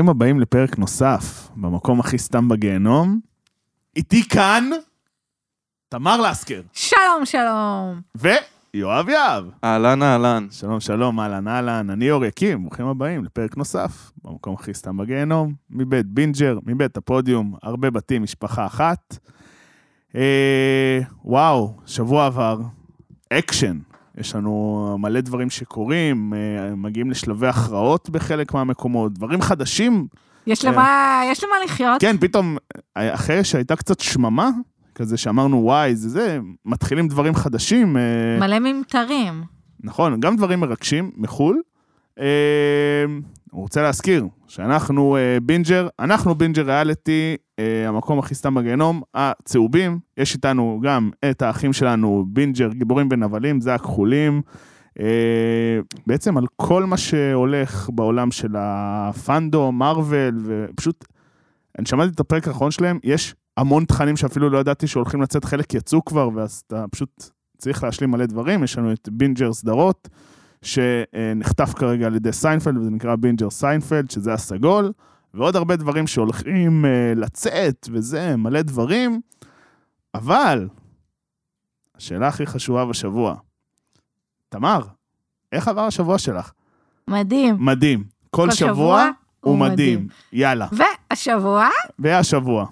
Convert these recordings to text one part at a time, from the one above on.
ברוכים הבאים לפרק נוסף, במקום הכי סתם בגיהנום. איתי כאן, תמר לסקר. שלום, שלום. ויואב יאב. אהלן, אהלן. שלום, שלום, אהלן, אהלן. אני אור יקים, ברוכים הבאים לפרק נוסף, במקום הכי סתם בגיהנום, מבית בינג'ר, מבית הפודיום, הרבה בתים, משפחה אחת. וואו, שבוע עבר, אקשן. יש לנו מלא דברים שקורים, מגיעים לשלבי הכרעות בחלק מהמקומות, דברים חדשים. יש למה לחיות. כן, פתאום, אחרי שהייתה קצת שממה, כזה שאמרנו, וואי, זה, מתחילים דברים חדשים. מלא ממטרים. נכון, גם דברים מרגשים מחול. הוא רוצה להזכיר שאנחנו בינג'ר, ריאליטי, המקום הכי סתם בגיהנום, הצהובים, יש איתנו גם את האחים שלנו, בינג'ר, גיבורים בנבלים, זה הכחולים, בעצם על כל מה שהולך בעולם של הפנדו, מרוול, ופשוט, אני שמעתי את הפרק האחרון שלהם, יש המון תכנים שאפילו לא ידעתי שהולכים לצאת, חלק יצאו כבר, ואז אתה פשוט צריך להשלים מלא דברים, יש לנו את בינג'ר סדרות, שנחטף כרגע על ידי סיינפלד, וזה נקרא בינג'ר סיינפלד, שזה הסגול, ועוד הרבה דברים שהולכים לצאת, וזה מלא דברים, אבל, השאלה הכי חשובה בשבוע, תמר, איך עבר השבוע שלך? מדהים. מדהים. כל שבוע הוא מדהים. יאללה. והשבוע?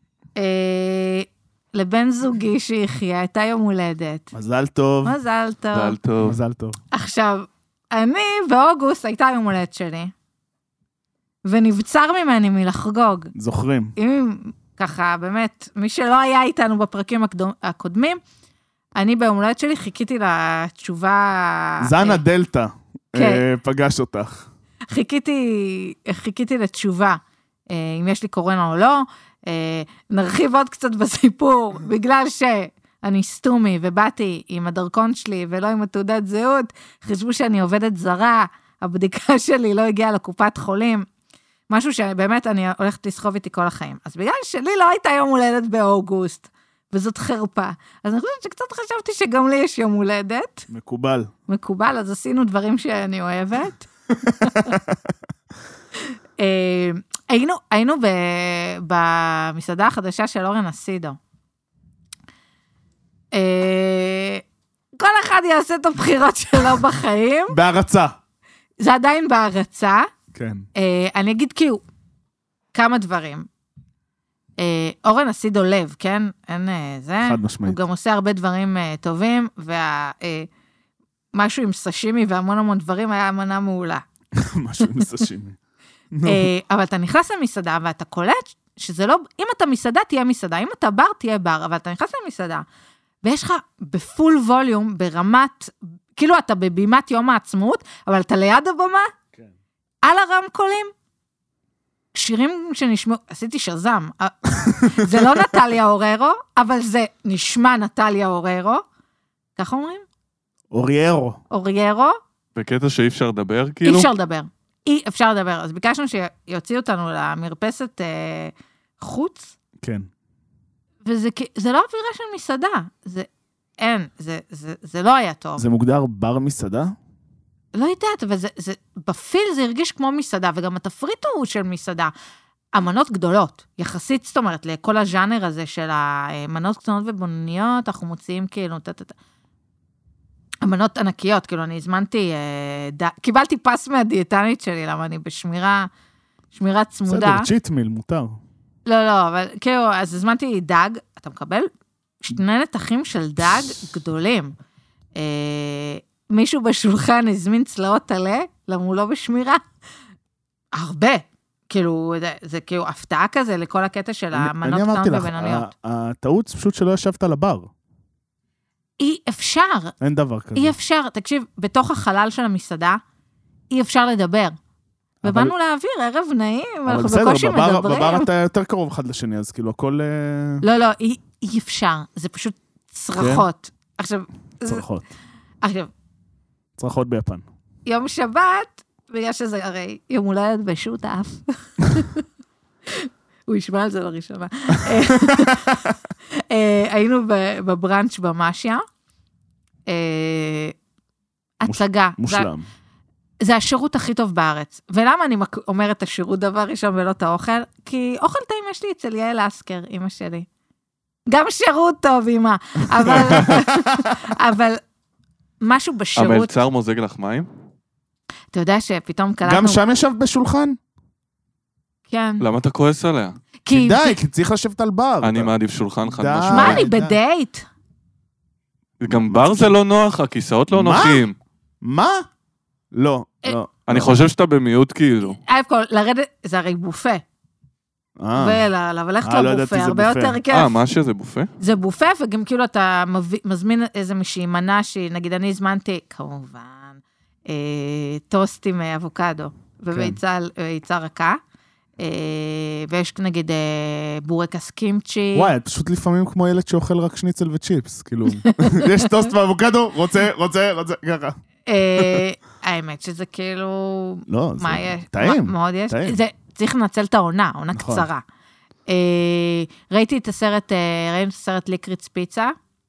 לבן זוגי שיחיה, הייתה יום הולדת. מזל טוב. מזל טוב. מזל טוב. מזל טוב. עכשיו, אני באוגוסט הייתה יום הולדת שלי, ונבצר ממני מלחגוג. זוכרים. אם ככה, באמת, מי שלא היה איתנו בפרקים הקודמים, אני ביום הולדת שלי חיכיתי לתשובה... זנה דלטה, כן. פגש אותך. חיכיתי לתשובה, אם יש לי קורונה או לא, נרחיב עוד קצת בסיפור, בגלל שאני סתומי ובאתי עם הדרכון שלי ולא עם התעודת זהות, חשבו שאני עובדת זרה, הבדיקה שלי לא הגיעה לקופת חולים, משהו שבאמת אני הולכת לסחוב איתי כל החיים. אז בגלל שלי לא הייתה יום הולדת באוגוסט, וזאת חרפה. אז אני חושבת שקצת חשבתי שגם לי יש יום הולדת. מקובל, אז עשינו דברים שאני אוהבת. היינו במסעדה החדשה של אורן אסידו. כל אחד יעשה את הבחירות שלו בחיים. בהרצה. זה עדיין בהרצה. כן. אני אגיד כאילו, כמה דברים. אורן אסידו לב, כן? אין זה. חד משמעית. הוא גם עושה הרבה דברים טובים, משהו עם סשימי והמון המון דברים היה מנה מעולה. משהו עם סשימי. אבל אתה נכנס למסעדה, ואתה קולט שזה לא, אם אתה מסעדה, תהיה מסעדה, אם אתה בר, תהיה בר, אבל אתה נכנס למסעדה, ויש לך בפול ווליום, ברמת, כאילו אתה בבימת יום העצמאות, אבל אתה ליד הבמה, כן. על הרמקולים, שירים שנשמעו, עשיתי שזם, זה לא נטליה אוררו, אבל זה נשמע נטליה אוררו, כך אומרים? אוריירו. בקטע שאי אפשר לדבר, כאילו? אי אפשר לדבר. אז ביקשנו שיוציאו אותנו למרפסת חוץ. כן. וזה לא אווירה של מסעדה. זה לא היה טוב. זה מוגדר בר מסעדה? לא יודעת, אבל בפיל זה הרגיש כמו מסעדה, וגם התפריט הוא של מסעדה. המנות גדולות, יחסית, זאת אומרת, לכל הז'אנר הזה של המנות קטנות ובינוניות, אנחנו מוציאים כאילו, המנות ענקיות, כאילו אני הזמנתי, קיבלתי פס מהדיאטנית שלי, למה אני בשמירה צמודה. בסדר, צ'יט מיל, מותר. לא, אבל כאילו, אז הזמנתי דג, אתה מקבל 2 נתחים של דג גדולים. מישהו בשולחן הזמין צלעות עלה, למה הוא לא בשמירה? הרבה. כאילו, זה כאילו הפתעה כזה לכל הקטע של המנות קטנות ובינוניות. הטעות פשוט שלא ישבת על הבר. אי אפשר. אין דבר כזה. אי אפשר. תקשיב, בתוך החלל של המסעדה, אי אפשר לדבר. ובאנו להעביר ערב נעים, אנחנו בקושי מדברים. בבר אתה יותר קרוב אחד לשני, אז כאילו הכל... לא, אי אפשר. זה פשוט צרחות. עכשיו... צרחות ביפן. יום שבת, בגלל שזה הרי יום הולדת בשותף. הוא ישמע על זה לראשונה. היינו בברנץ' במשיה. הצגה. מושלם. זה השירות הכי טוב בארץ. ולמה אני אומרת השירות דבר ראשון ולא את האוכל? כי אוכל טעים יש לי אצל יעל אסקר, אמא שלי. גם שירות טוב, אמא. אבל משהו בשירות... המלצר מוזג לך מים? אתה יודע שפתאום קלטנו... גם שם ישב בשולחן? כן. למה אתה כועס עליה? כי די, כי צריך לשבת על בר. אני מעדיף שולחן חד די. משמעית. מה, אני בדייט? גם בר זה לא נוח, הכיסאות לא נוחים. מה? לא, לא. אני חושב שאתה במיעוט כאילו. א' כל, לרדת, זה הרי בופה. וללכת לא ידעתי לבופה, זה הרבה בופה. יותר כיף. מה שזה בופה? זה בופה, וגם כאילו אתה מזמין איזה מישהי מנה נגיד אני הזמנתי, כמובן, טוסט עם אבוקדו, וביצה רכה, ויש נגיד בורקס קימצ'י. וואי, את פשוט לפעמים כמו ילד שאוכל רק שניצל וצ'יפס, כאילו. יש טוסט ואבוקדו, רוצה, ככה. האמת שזה כאילו... לא, זה טעים. מאוד יש. צריך לנצל את העונה קצרה. ראינו את הסרט ליקריץ פיצה,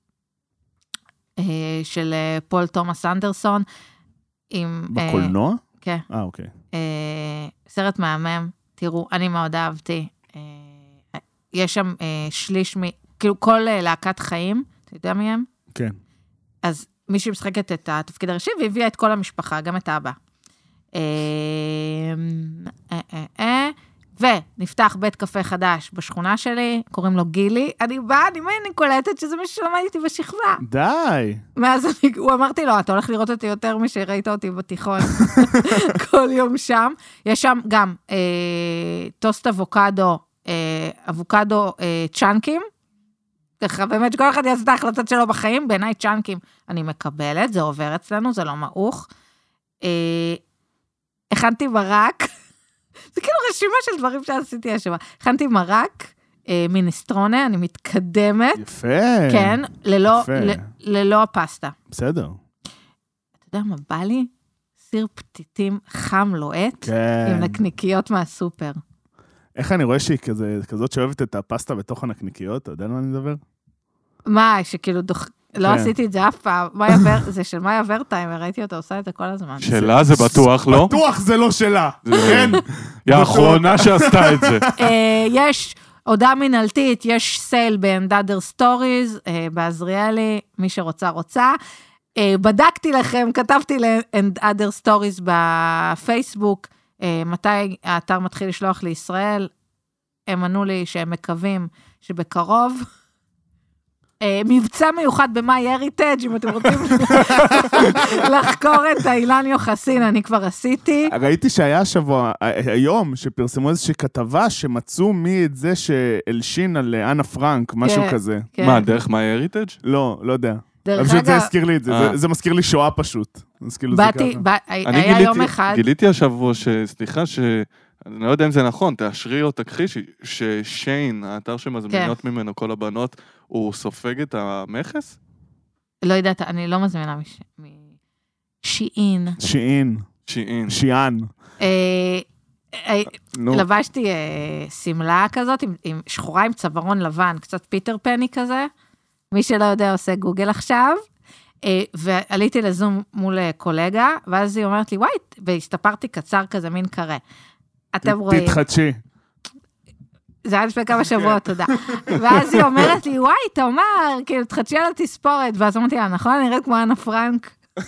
של פול תומאס אנדרסון. בקולנוע? כן. אוקיי. סרט מהמם, תראו, אני מאוד אהבתי. יש שם שליש כאילו כל להקת חיים, אתה יודע מי הם? כן. אז מישהי משחקת את התפקיד הראשי, והביאה את כל המשפחה, גם את האבא. ונפתח בית קפה חדש בשכונה שלי, קוראים לו גילי, אני קולטת שזה מישהו שלמד איתי בשכבה. די. ואז הוא אמרתי לו, אתה הולך לראות אותי יותר משראית אותי בתיכון, כל יום שם. יש שם גם טוסט אבוקדו צ'אנקים, ככה באמת שכל אחד יעשה את ההחלטות שלו בחיים, בעיניי צ'אנקים אני מקבלת, זה עובר אצלנו, זה לא מעוך. הכנתי מרק, זה כאילו רשימה של דברים שעשיתי השבוע. הכנתי מרק, מינסטרונה, אני מתקדמת. יפה. כן, ללא הפסטה. בסדר. אתה יודע מה בא לי? סיר פתיתים חם לוהט, כן. עם נקניקיות מהסופר. איך אני רואה שהיא כזאת שאוהבת את הפסטה בתוך הנקניקיות? אתה יודע על מה אני מדבר? מה, שכאילו לא עשיתי את זה אף פעם. זה של מאיה ורטהיימר, ראיתי אותה עושה את זה כל הזמן. שלה זה בטוח לא? בטוח זה לא שלה. כן. היא האחרונה שעשתה את זה. יש הודעה מנהלתית, יש סייל באנדאדר סטוריז, בעזריאלי, מי שרוצה רוצה. בדקתי לכם, כתבתי לאנדאדר סטוריז בפייסבוק, מתי האתר מתחיל לשלוח לישראל, הם ענו לי שהם מקווים שבקרוב, מבצע מיוחד במאי הריטג' אם אתם רוצים לחקור את האילן יוחסין, אני כבר עשיתי. ראיתי שהיה השבוע, היום, שפרסמו איזושהי כתבה שמצאו מי את זה שהלשין על אנה פרנק, משהו כזה. מה, דרך מאי הריטג'? לא יודע. דרך פשוט זה הזכיר לי את זה, זה מזכיר לי שואה פשוט. היה יום אחד. גיליתי השבוע סליחה, אני לא יודע אם זה נכון, תאשרי או תקחי, ששיין, האתר שמזמינות ממנו כל הבנות, הוא סופג את המכס? לא יודעת, אני לא מזמינה שיעין. שיען. לבשתי סמלה כזאת, שחורה עם צווארון לבן, קצת פיטר פני כזה, מי שלא יודע עושה גוגל עכשיו, ועליתי לזום מול קולגה, ואז היא אומרת לי, וואי, והסתפרתי קצר כזה, מין קרה. אתם רואים. תתחדשי. זה היה לפני כמה שבועות, תודה. ואז היא אומרת לי, וואי, תאמר, כאילו, תחדשי על התספורת, ואז אמרתי לה, נכון, אני נראית כמו אנה פרנק.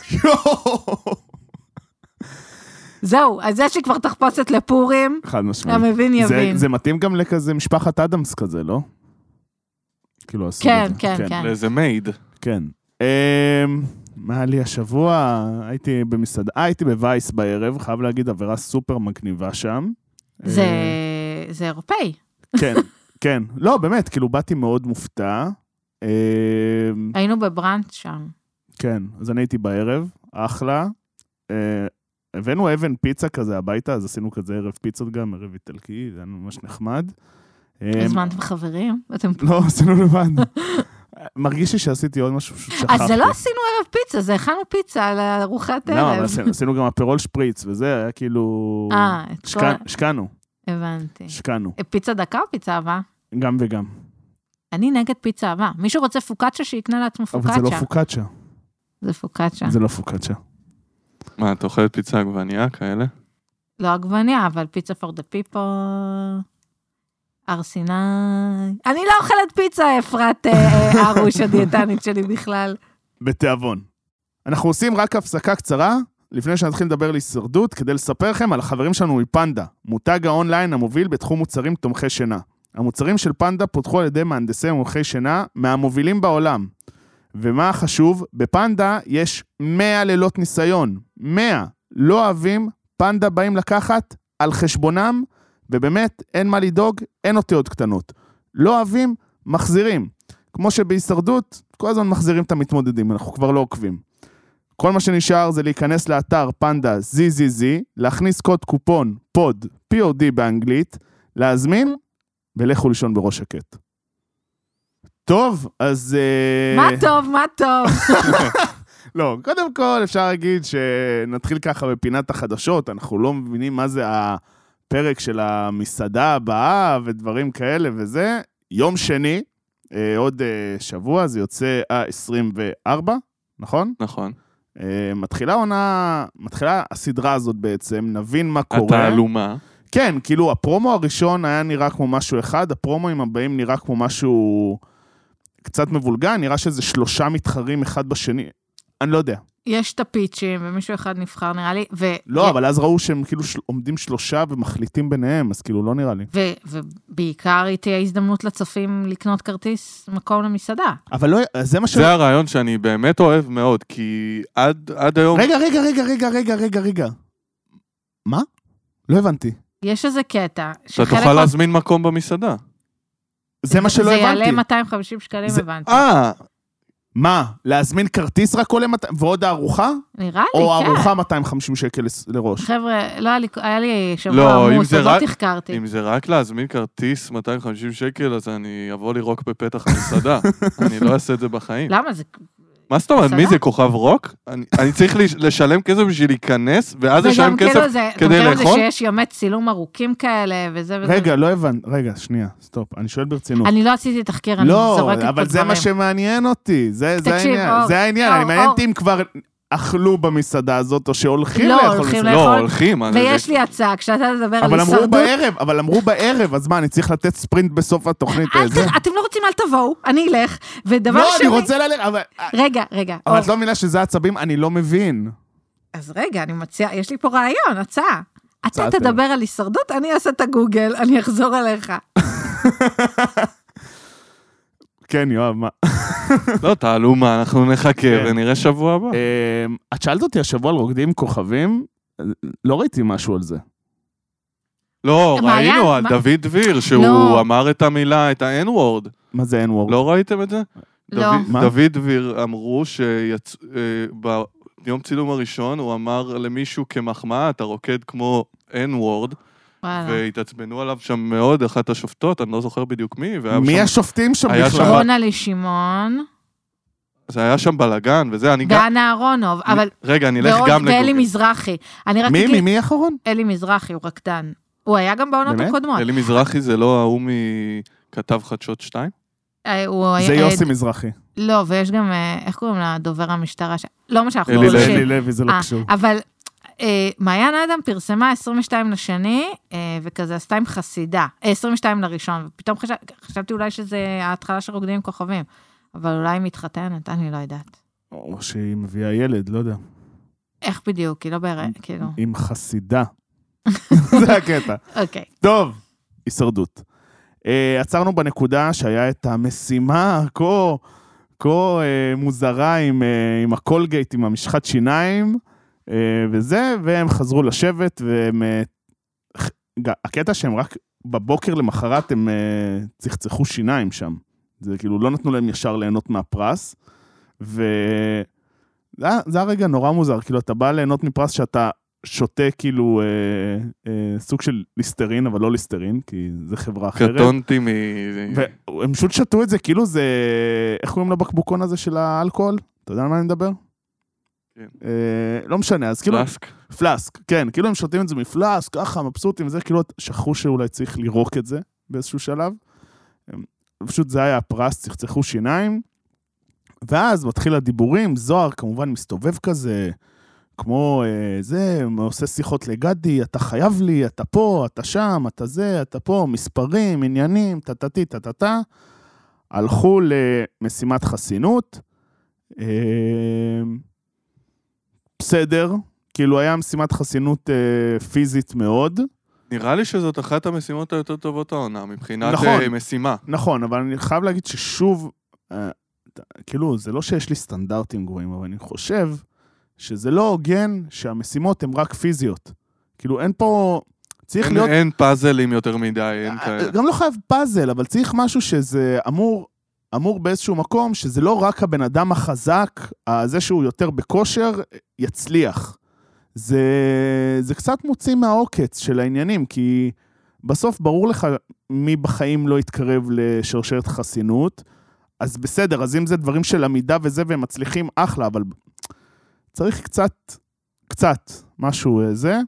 זהו, אז זה שכבר תחפושת לפורים, חד משמעית. המבין יבין. זה מתאים גם לכזה משפחת אדמס כזה, לא? כאילו, כן. לאיזה מייד. כן. מה לי השבוע? הייתי במסעדה, הייתי בווייס בערב, חייב להגיד, עבירה סופר מגניבה שם. זה אירופאי. כן. לא, באמת, כאילו, באתי מאוד מופתע. היינו בברנץ' שם. כן, אז אני הייתי בערב, אחלה. הבאנו אבן פיצה כזה הביתה, אז עשינו כזה ערב פיצות גם, ערב איטלקי, זה היה ממש נחמד. הזמנתם חברים? לא, עשינו לבד. מרגיש לי שעשיתי עוד משהו פשוט שכחתי. אז זה לא עשינו ערב פיצה, זה הכנו פיצה על ארוחת ערב. לא, עשינו גם אפרול שפריץ, וזה היה כאילו... שקענו. הבנתי. שקענו. פיצה דקה או פיצה הבאה? גם וגם. אני נגד פיצה הבאה. מישהו רוצה פוקאצ'ה שיקנה לעצמו פוקאצ'ה. אבל זה לא פוקאצ'ה. זה פוקאצ'ה. זה לא פוקאצ'ה. מה, אתה אוכלת פיצה עגבניה כאלה? לא עגבניה, אבל פיצה for the people, ארסיני. אני לא אוכלת פיצה, אפרת ארוש, הדיאטנית שלי בכלל. בתיאבון. אנחנו עושים רק הפסקה קצרה, לפני שנתחיל לדבר על הישרדות, כדי לספר לכם על החברים שלנו מפנדה, מותג האונליין המוביל בתחום מוצרים תומכי שינה. המוצרים של פנדה פותחו על ידי מהנדסי מומחי שינה מהמובילים בעולם. ומה חשוב? בפנדה יש 100 לילות ניסיון. 100. לא אוהבים, פנדה באים לקחת על חשבונם, ובאמת אין מה לדאוג, אין אותיות קטנות. לא אוהבים, מחזירים. כמו שבהישרדות, כל הזמן מחזירים את המתמודדים, אנחנו כבר לא עוקבים. כל מה שנשאר זה להיכנס לאתר פנדה ZZZ, להכניס קוד קופון פוד, POD באנגלית, להזמין, ולכו לישון בראש שקט. טוב, אז... מה טוב, מה טוב. לא, קודם כל אפשר להגיד שנתחיל ככה בפינת החדשות, אנחנו לא מבינים מה זה הפרק של המסעדה הבאה ודברים כאלה וזה. יום שני, עוד שבוע, זה יוצא 24, נכון? נכון. מתחילה הסדרה הזאת בעצם, נבין מה קורה. התעלומה. כן, כאילו הפרומו הראשון היה נראה כמו משהו אחד, הפרומואים הבאים נראה כמו משהו קצת מבולגן, נראה שזה 3 מתחרים אחד בשני, אני לא יודע. יש את הפיצ'ים, ומישהו אחד נבחר נראה לי, לא, אבל אז ראו שהם כאילו עומדים 3 ומחליטים ביניהם, אז כאילו לא נראה לי. ובעיקר היא תהיה הזדמנות לצופים לקנות כרטיס מקום למסעדה. אבל לא, זה מה זה הרעיון שאני באמת אוהב מאוד, כי עד היום... רגע. מה? לא הבנתי. יש איזה קטע. אתה תוכל להזמין מקום במסעדה. זה מה שלא הבנתי. זה יעלה 250 שקלים, הבנתי. מה? להזמין כרטיס רק עולה ועוד הארוחה? נראה לי, כן. או הארוחה 250 שקל לראש? חבר'ה, לא היה לי שבוע עמוס, עוד לא תחקרתי. אם זה רק להזמין כרטיס 250 שקל, אז אני אבוא לירוק בפתח המסעדה. אני לא אעשה את זה בחיים. למה? זה... מה זאת אומרת? מי זה? כוכב רוק? אני צריך לשלם כסף בשביל להיכנס, ואז לשלם כסף כדי לאכול? וגם כאילו זה שיש יומי צילום ארוכים כאלה, וזה וזה. רגע, לא הבנ... רגע, שנייה, סטופ, אני שואל ברצינות. אני לא עשיתי תחקיר, אני זורקת פה דברים. לא, אבל זה מה שמעניין אותי, זה העניין, אני מעניין אם כבר אכלו במסעדה הזאת, או שהולכים לאכול מסעדה. לא, הולכים. ויש לי הצעה, כשאתה תדבר על הישרדות... אבל אמרו בערב, אז מה, אני צריך לתת ספרינט בסוף התוכנית? אתם לא רוצים, אל תבואו, אני אלך, ודבר לא, אני רוצה ללכת, רגע. אבל את לא מבינה שזה עצבים, אני לא מבין. אז רגע, אני מציעה, יש לי פה רעיון, הצעה. אתה תדבר על הישרדות, אני אעשה את הגוגל, אני אחזור אליך. כן, יואב, מה? לא, תעלו מה, אנחנו נחכה ונראה שבוע הבא. את שאלת אותי השבוע על רוקדים כוכבים, לא ראיתי משהו על זה. לא, ראינו על דוד דביר, שהוא אמר את המילה, את ה-N-word. מה זה N-word? לא ראיתם את זה? לא. דוד דביר אמרו ביום צילום הראשון, הוא אמר למישהו כמחמאה, אתה רוקד כמו N-word, והתעצבנו עליו שם מאוד, אחת השופטות, אני לא זוכר בדיוק מי. מי השופטים שם בכלל? רונה לשמעון. זה היה שם בלגן, וזה, אני גם... ואנה אהרונוב, אבל... רגע, אני אלך גם לגוגל. ואלי מזרחי. מי האחרון? אלי מזרחי, הוא רקדן. הוא היה גם בעונות הקודמות. אלי מזרחי זה לא ההוא מכתב חדשות 2? זה יוסי מזרחי. לא, ויש גם, איך קוראים לה, דובר המשטרה? לא מה שאנחנו לא... אלי לוי, זה לא קשור. אבל מעיין אדם פרסמה 22 לשני, וכזה עשתה עם חסידה, 22 לראשון, ופתאום חשבתי אולי שזה ההתחלה של רוקדים עם כוכבים, אבל אולי היא מתחתנת, אני לא יודעת. או שהיא מביאה ילד, לא יודע. איך בדיוק? היא לא בערך, כאילו. עם חסידה. זה הקטע. אוקיי. טוב, הישרדות. עצרנו בנקודה שהיה את המשימה כה מוזרה עם הקולגייט, עם המשחת שיניים, וזה, והם חזרו לשבת, הקטע שהם רק בבוקר למחרת הם צחצחו שיניים שם. זה כאילו לא נתנו להם ישר ליהנות מהפרס, וזה הרגע נורא מוזר, כאילו אתה בא ליהנות מפרס שאתה שותה כאילו סוג של ליסטרין, אבל לא ליסטרין, כי זה חברה אחרת. קטונתי והם פשוט שתו את זה, כאילו זה, איך קוראים לבקבוקון הזה של האלכוהול? אתה יודע על מה אני מדבר? לא משנה, אז כאילו... פלסק. פלסק, כן, כאילו הם שותים את זה מפלסק, ככה, מבסוטים וזה, כאילו שכחו שאולי צריך לירוק את זה באיזשהו שלב. פשוט זה היה הפרס, צחצחו שיניים, ואז מתחיל הדיבורים, זוהר כמובן מסתובב כזה, כמו זה, עושה שיחות לגדי, אתה חייב לי, אתה פה, אתה שם, אתה זה, אתה פה, מספרים, עניינים, טטטי. הלכו למשימת חסינות, בסדר, כאילו היה משימת חסינות פיזית מאוד. נראה לי שזאת אחת המשימות היותר טובות העונה, מבחינת משימה. נכון, אבל אני חייב להגיד ששוב, כאילו, זה לא שיש לי סטנדרטים גבוהים, אבל אני חושב שזה לא הוגן שהמשימות הן רק פיזיות. כאילו, אין פה... צריך להיות... אין פאזלים יותר מדי, אין כאלה. גם לא חייב פאזל, אבל צריך משהו שזה אמור באיזשהו מקום, שזה לא רק הבן אדם החזק, זה שהוא יותר בכושר, יצליח. זה קצת מוציא מהעוקץ של העניינים, כי בסוף ברור לך מי בחיים לא יתקרב לשרשרת חסינות, אז בסדר, אז אם זה דברים של עמידה וזה, והם מצליחים אחלה, אבל צריך קצת משהו זה.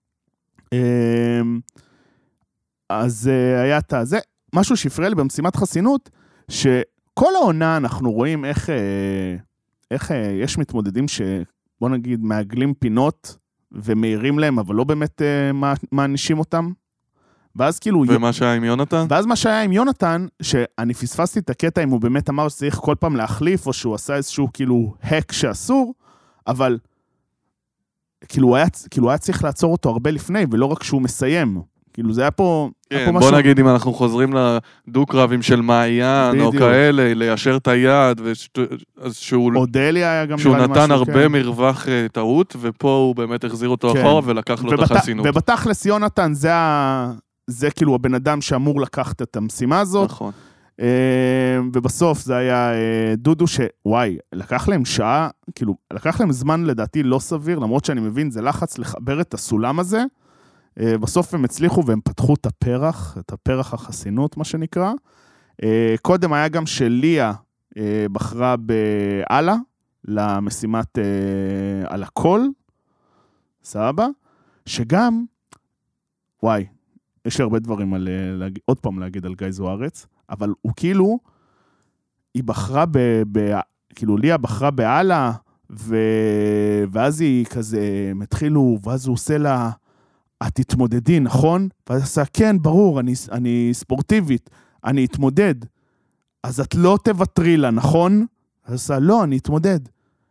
אז היה את זה, משהו שהפריע לי במשימת חסינות, שכל העונה אנחנו רואים איך יש מתמודדים שבוא נגיד מעגלים פינות ומאירים להם, אבל לא באמת מענישים אותם. ואז כאילו... ומה שהיה עם יונתן? ואז מה שהיה עם יונתן, שאני פספסתי את הקטע אם הוא באמת אמר שצריך כל פעם להחליף, או שהוא עשה איזשהו כאילו הק שאסור, אבל כאילו הוא היה צריך לעצור אותו הרבה לפני, ולא רק שהוא מסיים. כאילו זה היה פה... כן, בוא נגיד אם אנחנו חוזרים לדו-קרבים של מעיין, או כאלה, ליישר את היד, אודליה היה גם... שהוא נתן הרבה מרווח טעות, ופה הוא באמת החזיר אותו אחורה, ולקח לו את החסינות. ובתכלס יונתן, זה כאילו הבן אדם שאמור לקחת את המשימה הזאת. נכון. ובסוף זה היה דודו שוואי, לקח להם שעה, כאילו, לקח להם זמן לדעתי לא סביר, למרות שאני מבין, זה לחץ לחבר את הסולם הזה, בסוף הם הצליחו והם פתחו את הפרח החסינות, מה שנקרא. קודם היה גם שליה בחרה בעלה, למשימת על הכל, סבבה, שגם, וואי, יש לי הרבה דברים עוד פעם להגיד על גיא זוארץ, אבל הוא כאילו, היא בחרה כאילו ליה בחרה בעלה, ואז היא כזה, מתחילו, ואז הוא עושה לה, את תתמודדי, נכון? ואז עושה, כן, ברור, אני ספורטיבית, אני אתמודד. אז את לא תוותרי לה, נכון? אז עושה, לא, אני אתמודד.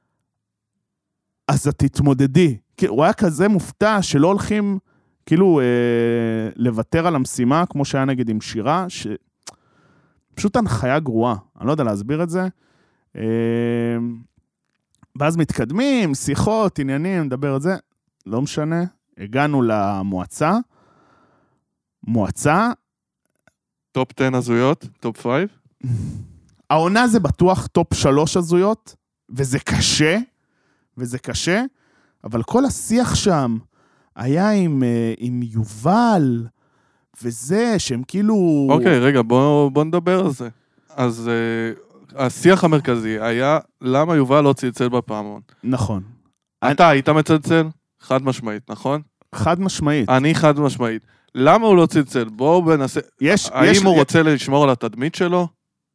אז את תתמודדי. הוא היה כזה מופתע שלא הולכים, כאילו, לוותר על המשימה, כמו שהיה נגיד עם שירה, פשוט הנחיה גרועה. אני לא יודע להסביר את זה. ואז מתקדמים, שיחות, עניינים, נדבר את זה. לא משנה. הגענו למועצה. מועצה. טופ 10 הזויות? טופ 5? העונה זה בטוח טופ 3 הזויות, וזה קשה, אבל כל השיח שם היה עם יובל, וזה שהם כאילו... אוקיי, רגע, בוא נדבר על זה. אז השיח המרכזי היה למה יובל לא צלצל בפעמון. נכון. אתה היית מצלצל? חד משמעית, נכון? חד משמעית. אני חד משמעית. למה הוא לא צלצל? בואו בנסה... האם הוא רוצה לשמור על התדמית שלו?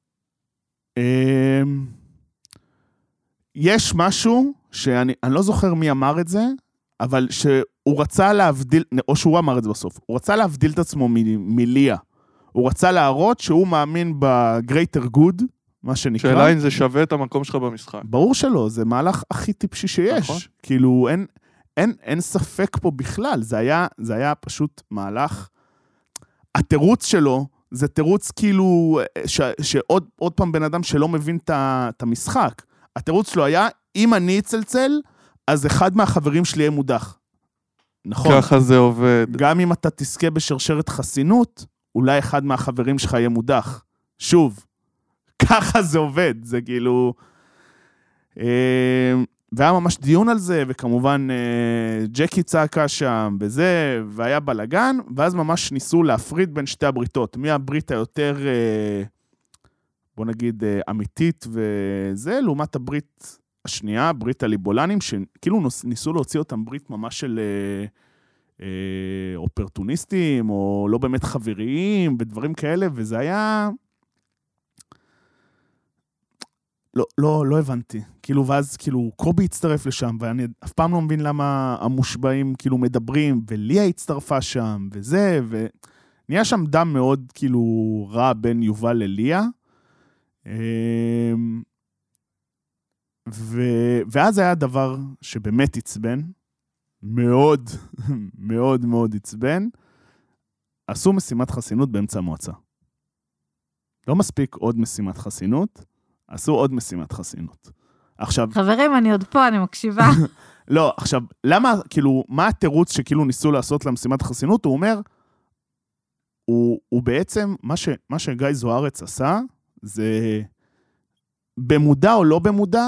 יש משהו שאני לא זוכר מי אמר את זה, אבל שהוא רצה להבדיל, או שהוא אמר את זה בסוף, הוא רצה להבדיל את עצמו מליה. הוא רצה להראות שהוא מאמין ב-greater good, מה שנקרא. שאלה אם זה שווה את המקום שלך במשחק. ברור שלא, זה מהלך הכי טיפשי שיש. נכון. כאילו, אין ספק פה בכלל, זה היה פשוט מהלך. התירוץ שלו, זה תירוץ כאילו, שעוד פעם בן אדם שלא מבין את המשחק. התירוץ שלו היה, אם אני אצלצל, אז אחד מהחברים שלי יהיה מודח. נכון. ככה זה עובד. גם אם אתה תזכה בשרשרת חסינות, אולי אחד מהחברים שלך יהיה מודח. שוב, ככה זה עובד, זה כאילו... והיה ממש דיון על זה, וכמובן ג'קי צעקה שם בזה, והיה בלגן, ואז ממש ניסו להפריד בין שתי הבריתות. מי הברית היותר, בוא נגיד, אמיתית וזה, לעומת הברית השנייה, ברית הליבולנים, שכאילו ניסו להוציא אותם ברית ממש של אופרטוניסטים, או לא באמת חבריים, ודברים כאלה, וזה היה... לא הבנתי. כאילו, ואז כאילו קובי הצטרף לשם, ואני אף פעם לא מבין למה המושבעים כאילו מדברים, וליה הצטרפה שם, וזה, ונהיה שם דם מאוד כאילו רע בין יובל לליה. ואז היה דבר שבאמת עצבן, מאוד, מאוד מאוד עצבן, עשו משימת חסינות באמצע המועצה. לא מספיק עוד משימת חסינות, עשו עוד משימת חסינות. עכשיו... חברים, אני עוד פה, אני מקשיבה. לא, עכשיו, למה, כאילו, מה התירוץ שכאילו ניסו לעשות למשימת חסינות? הוא אומר, הוא בעצם, מה שגיא זוארץ עשה, זה במודע או לא במודע,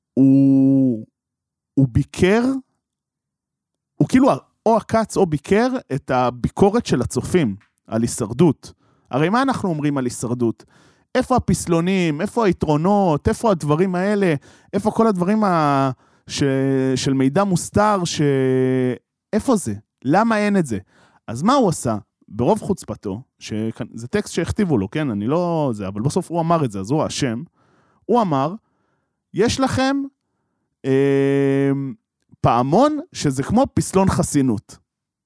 הוא ביקר, הוא כאילו או הקץ או ביקר את הביקורת של הצופים על הישרדות. הרי מה אנחנו אומרים על הישרדות? איפה הפסלונים, איפה היתרונות, איפה הדברים האלה, איפה כל הדברים של מידע מוסתר, איפה זה? למה אין את זה? אז מה הוא עשה? ברוב חוצפתו, זה טקסט שהכתיבו לו, כן? אני לא זה, אבל בסוף הוא אמר את זה, אז הוא השם. הוא אמר, יש לכם פעמון שזה כמו פסלון חסינות.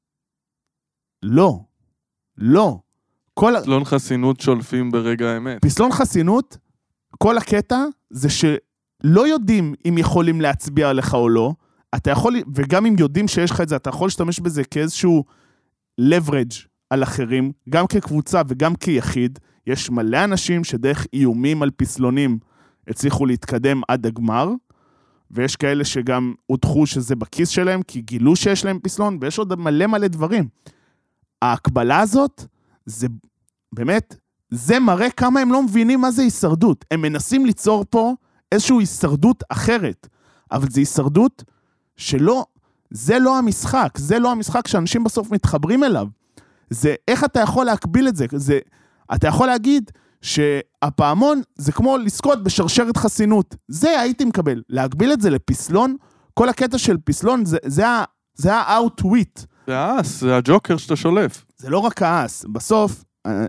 לא. לא. פסלון חסינות שולפים ברגע האמת. פסלון חסינות, כל הקטע זה שלא יודעים אם יכולים להצביע עליך או לא, אתה יכול, וגם אם יודעים שיש לך את זה, אתה יכול להשתמש בזה כאיזשהו leverage על אחרים, גם כקבוצה וגם כיחיד. יש מלא אנשים שדרך איומים על פסלונים הצליחו להתקדם עד הגמר, ויש כאלה שגם הודחו שזה בכיס שלהם, כי גילו שיש להם פסלון, ויש עוד מלא מלא דברים. ההקבלה הזאת, זה באמת, זה מראה כמה הם לא מבינים מה זה הישרדות. הם מנסים ליצור פה איזושהי הישרדות אחרת, אבל זה הישרדות שלא, זה לא המשחק, זה לא המשחק שאנשים בסוף מתחברים אליו. זה, איך אתה יכול להקביל את זה? אתה יכול להגיד שהפעמון זה כמו לזכות בשרשרת חסינות. זה הייתי מקבל. להקביל את זה לפסלון, כל הקטע של פסלון, זה ה-outwit. זה האס, זה הג'וקר שאתה שולף. זה לא רק האס. בסוף,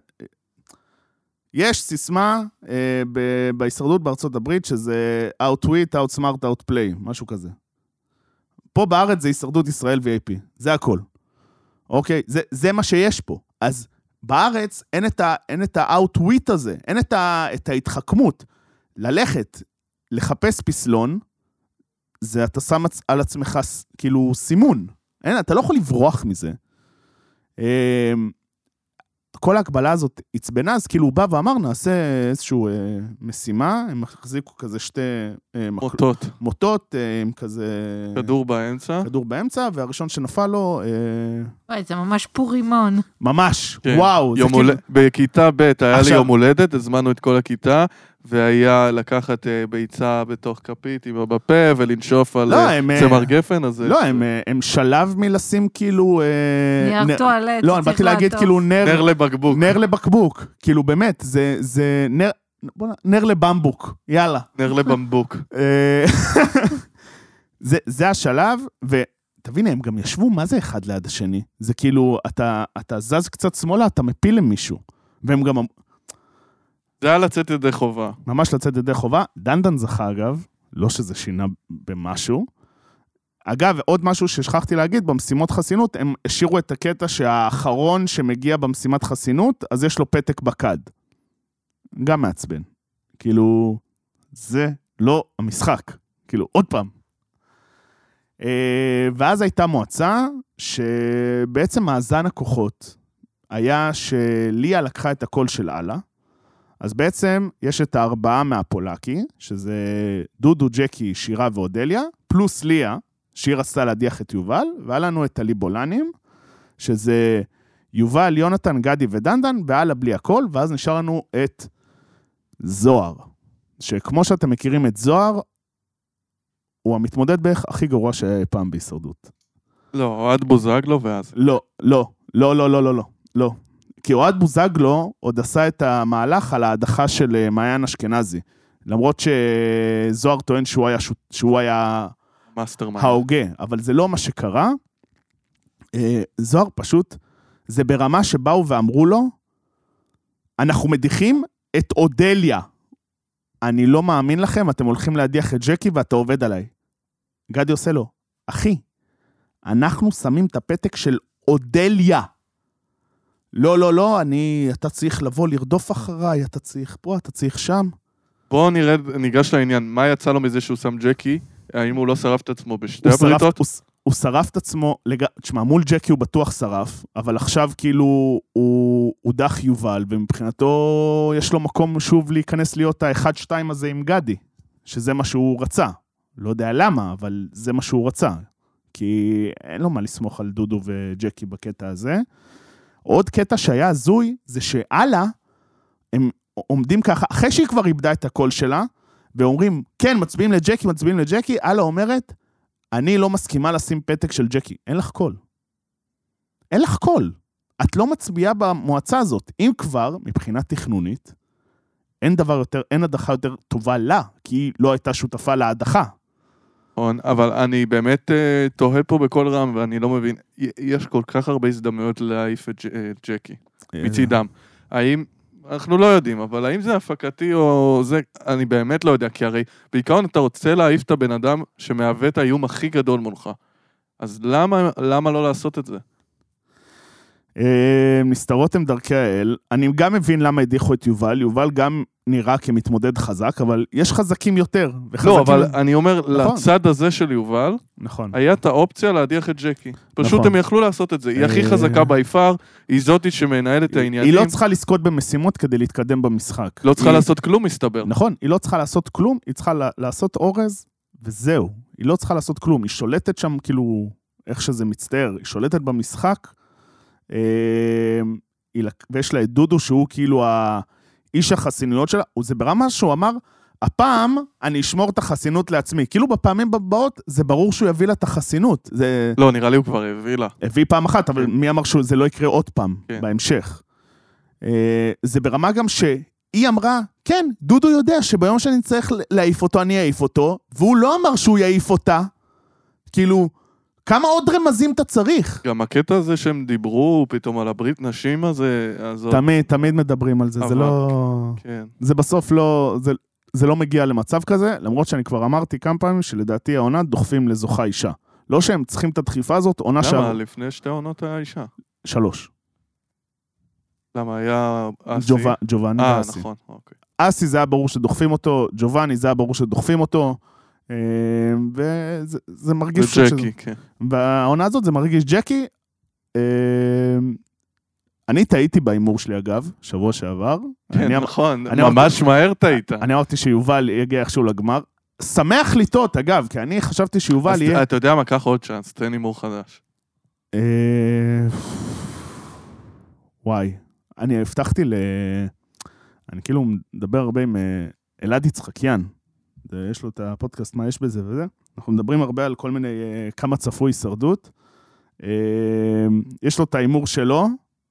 יש סיסמה בהישרדות בארצות הברית, שזה outwit, outsmart, outplay, משהו כזה. פה בארץ זה הישרדות ישראל ו-AP. זה הכל. אוקיי? זה מה שיש פה. אז בארץ אין את ה-outwit הזה, אין את ההתחכמות. ללכת, לחפש פסלון, זה אתה שם על עצמך כאילו סימון. אתה לא יכול לברוח מזה. כל ההקבלה הזאת הצבנה, אז כאילו הוא בא ואמר, נעשה איזשהו משימה, הם החזיקו כזה שתי מוטות, עם כזה... כדור באמצע, והראשון שנפל לו... וואי, זה ממש פורימון. ממש, כן. וואו. בכיתה ב' היה לי יום הולדת, הזמנו את כל הכיתה, והיה לקחת ביצה בתוך כפית עם בפה, ולנשוף על צמר גפן, אז... לא, הם שלב מלשים כאילו... נייר טואלט. לא, אני באתי להגיד כאילו נר לבקבוק. נר לבקבוק, כאילו באמת, זה נר לבמבוק, יאללה. נר לבמבוק. זה השלב, ותבין, הם גם ישבו, מה זה אחד ליד השני? זה כאילו, אתה זז קצת שמאלה, אתה מפיל למישהו, והם גם... זה היה לצאת ידי חובה. ממש לצאת ידי חובה. דנדן זכה אגב, לא שזה שינה במשהו. אגב, עוד משהו ששכחתי להגיד, במשימות חסינות, הם השאירו את הקטע שהאחרון שמגיע במשימת חסינות, אז יש לו פתק בקד. גם מעצבן. כאילו, זה לא המשחק. כאילו, עוד פעם. ואז הייתה מועצה, שבעצם מאזן הכוחות היה שליה לקחה את הקול של אלה, אז בעצם יש את 4 מהפולקי, שזה דודו, ג'קי, שירה ואודליה, פלוס ליה, שהיא רצתה להדיח את יובל, והיה לנו את הליבולנים, שזה יובל, יונתן, גדי ודנדן, ועלה בלי הכל, ואז נשאר לנו את זוהר, שכמו שאתם מכירים את זוהר, הוא המתמודד בערך הכי גרוע שהיה פעם בהישרדות. לא, אוהד בוזגלו ואז. לא. כי אוהד בוזגלו עוד עשה את המהלך על ההדחה של מעיין אשכנזי. למרות שזוהר טוען שהוא היה ההוגה, אבל זה לא מה שקרה. זוהר פשוט, זה ברמה שבאו ואמרו לו, אנחנו מדיחים את אודליה. אני לא מאמין לכם, אתם הולכים להדיח את ג'קי ואתה עובד עליי. גדי עושה לו, אחי, אנחנו שמים את הפתק של אודליה. לא, אתה צריך לבוא לרדוף אחריי, אתה צריך פה, אתה צריך שם. בואו ניגש לעניין, מה יצא לו מזה שהוא שם ג'קי? האם הוא לא שרף את עצמו בשתי הבריתות? הוא שרף את עצמו, תשמע, מול ג'קי הוא בטוח שרף, אבל עכשיו כאילו הוא דח יובל, ומבחינתו יש לו מקום שוב להיכנס להיות ה-1-2 הזה עם גדי, שזה מה שהוא רצה. לא יודע למה, אבל זה מה שהוא רצה. כי אין לו מה לסמוך על דודו וג'קי בקטע הזה. עוד קטע שהיה הזוי, זה שאלה, הם עומדים ככה, אחרי שהיא כבר איבדה את הקול שלה, ואומרים, כן, מצביעים לג'קי, אלה אומרת, אני לא מסכימה לשים פתק של ג'קי. אין לך קול. אין לך קול. את לא מצביעה במועצה הזאת. אם כבר, מבחינה תכנונית, אין הדחה יותר טובה לה, כי היא לא הייתה שותפה להדחה. אבל אני באמת תוהה פה בכל רם, ואני לא מבין, יש כל כך הרבה הזדמנויות להעיף את ג'קי, מצידם. האם, אנחנו לא יודעים, אבל האם זה הפקתי או זה, אני באמת לא יודע, כי הרי בעיקרון אתה רוצה להעיף את הבן אדם שמהווה את האיום הכי גדול מולך. אז למה לא לעשות את זה? נסתרות הם דרכי האל. אני גם מבין למה הדיחו את יובל. יובל גם נראה כמתמודד חזק, אבל יש חזקים יותר. לא, אבל אני אומר, לצד הזה של יובל, היה את האופציה להדיח את ג'קי. פשוט הם יכלו לעשות את זה. היא הכי חזקה ביפר, היא זאתי שמנהלת את העניינים. היא לא צריכה לזכות במשימות כדי להתקדם במשחק. לא צריכה לעשות כלום, מסתבר. נכון, היא לא צריכה לעשות כלום, היא צריכה לעשות אורז, וזהו. היא לא צריכה לעשות כלום. היא שולטת שם, כאילו, איך שזה מצטער, היא שולטת במשחק, ויש לה את דודו שהוא כאילו האיש החסינויות שלה, זה ברמה שהוא אמר, הפעם אני אשמור את החסינות לעצמי, כאילו בפעמים בבאות זה ברור שהוא יביא לה את החסינות. לא, נראה לי הוא כבר הביא לה. הביא פעם אחת, אבל מי אמר שזה לא יקרה עוד פעם בהמשך. זה ברמה גם שהיא אמרה, כן, דודו יודע שביום שאני צריך להעיף אותו, אני אעיף אותו, והוא לא אמר שהוא יעיף אותה, כאילו, כמה עוד רמזים אתה צריך? גם הקטע הזה שהם דיברו פתאום על הברית נשים הזה... תמיד מדברים על זה, זה לא... זה בסוף לא... זה לא מגיע למצב כזה, למרות שאני כבר אמרתי כמה פעמים שלדעתי העונה דוחפים לזוכה אישה. לא שהם צריכים את הדחיפה הזאת, עונה שעבר... למה? לפני 2 עונות היה אישה. 3. למה? היה אסי? ג'ובאני ואסי. נכון, אוקיי. אסי זה היה ברור שדוחפים אותו, ג'ובאני זה היה ברור שדוחפים אותו, וזה מרגיש... וג'קי, כן. והעונה הזאת זה מרגיש ג'קי. אני טעיתי באימור שלי אגב, שבוע שעבר. כן, נכון, ממש מהר טעית. אני אמרתי שיובל יגיע איכשהו לגמר. שמח לטעות אגב, כי אני חשבתי שיובל יהיה... אתה יודע מה, קח עוד צ'אנס, תן אימור חדש. וואי, אני הבטחתי אני כאילו מדבר הרבה עם אלעד יצחקיאן. יש לו את הפודקאסט, מה יש בזה וזה. אנחנו מדברים הרבה על כל מיני, כמה צפו הישרדות. יש לו את האימור שלו.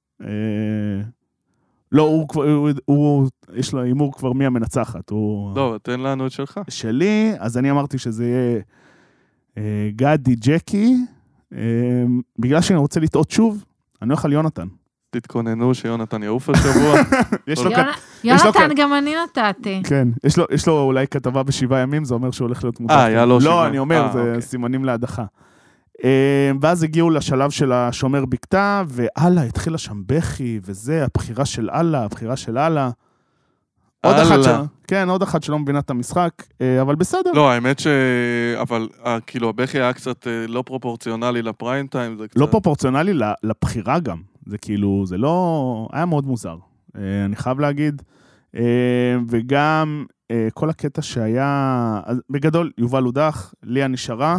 לא, יש לו אימור כבר מי המנצחת. לא, תן לנו את שלך. שלי, אז אני אמרתי שזה יהיה גדי ג'קי. בגלל שאני רוצה לטעות שוב, אני הולך על יונתן. תתכוננו שיונתן יעוף השבוע. יונתן, גם אני נתתי. כן, יש לו אולי כתבה ב7 ימים, זה אומר שהוא הולך להיות מודח. היה לו 7. לא, אני אומר, זה סימנים להדחה. ואז הגיעו לשלב של השומר בקתה, ואללה, התחילה שם בכי, וזה, הבחירה של אללה. עוד אחת שלא מבינה את המשחק, אבל בסדר. לא, האמת אבל כאילו, הבכי היה קצת לא פרופורציונלי לפריים טיים. לא פרופורציונלי לבחירה גם. זה כאילו, זה לא... היה מאוד מוזר. אני חייב להגיד. וגם כל הקטע שהיה... בגדול, יובל הודח, ליה נשארה.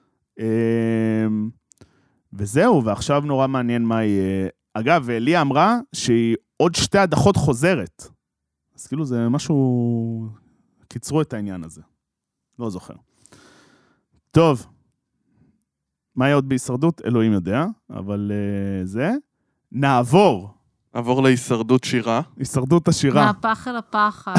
וזהו, ועכשיו נורא מעניין מה יהיה. אגב, ליה אמרה שהיא עוד 2 הדחות חוזרת. אז כאילו זה משהו... קיצרו את העניין הזה. לא זוכר. טוב. מה יהיה עוד בהישרדות? אלוהים יודע, אבל זה... נעבור להישרדות שירה. הישרדות השירה. מהפח אל הפחד.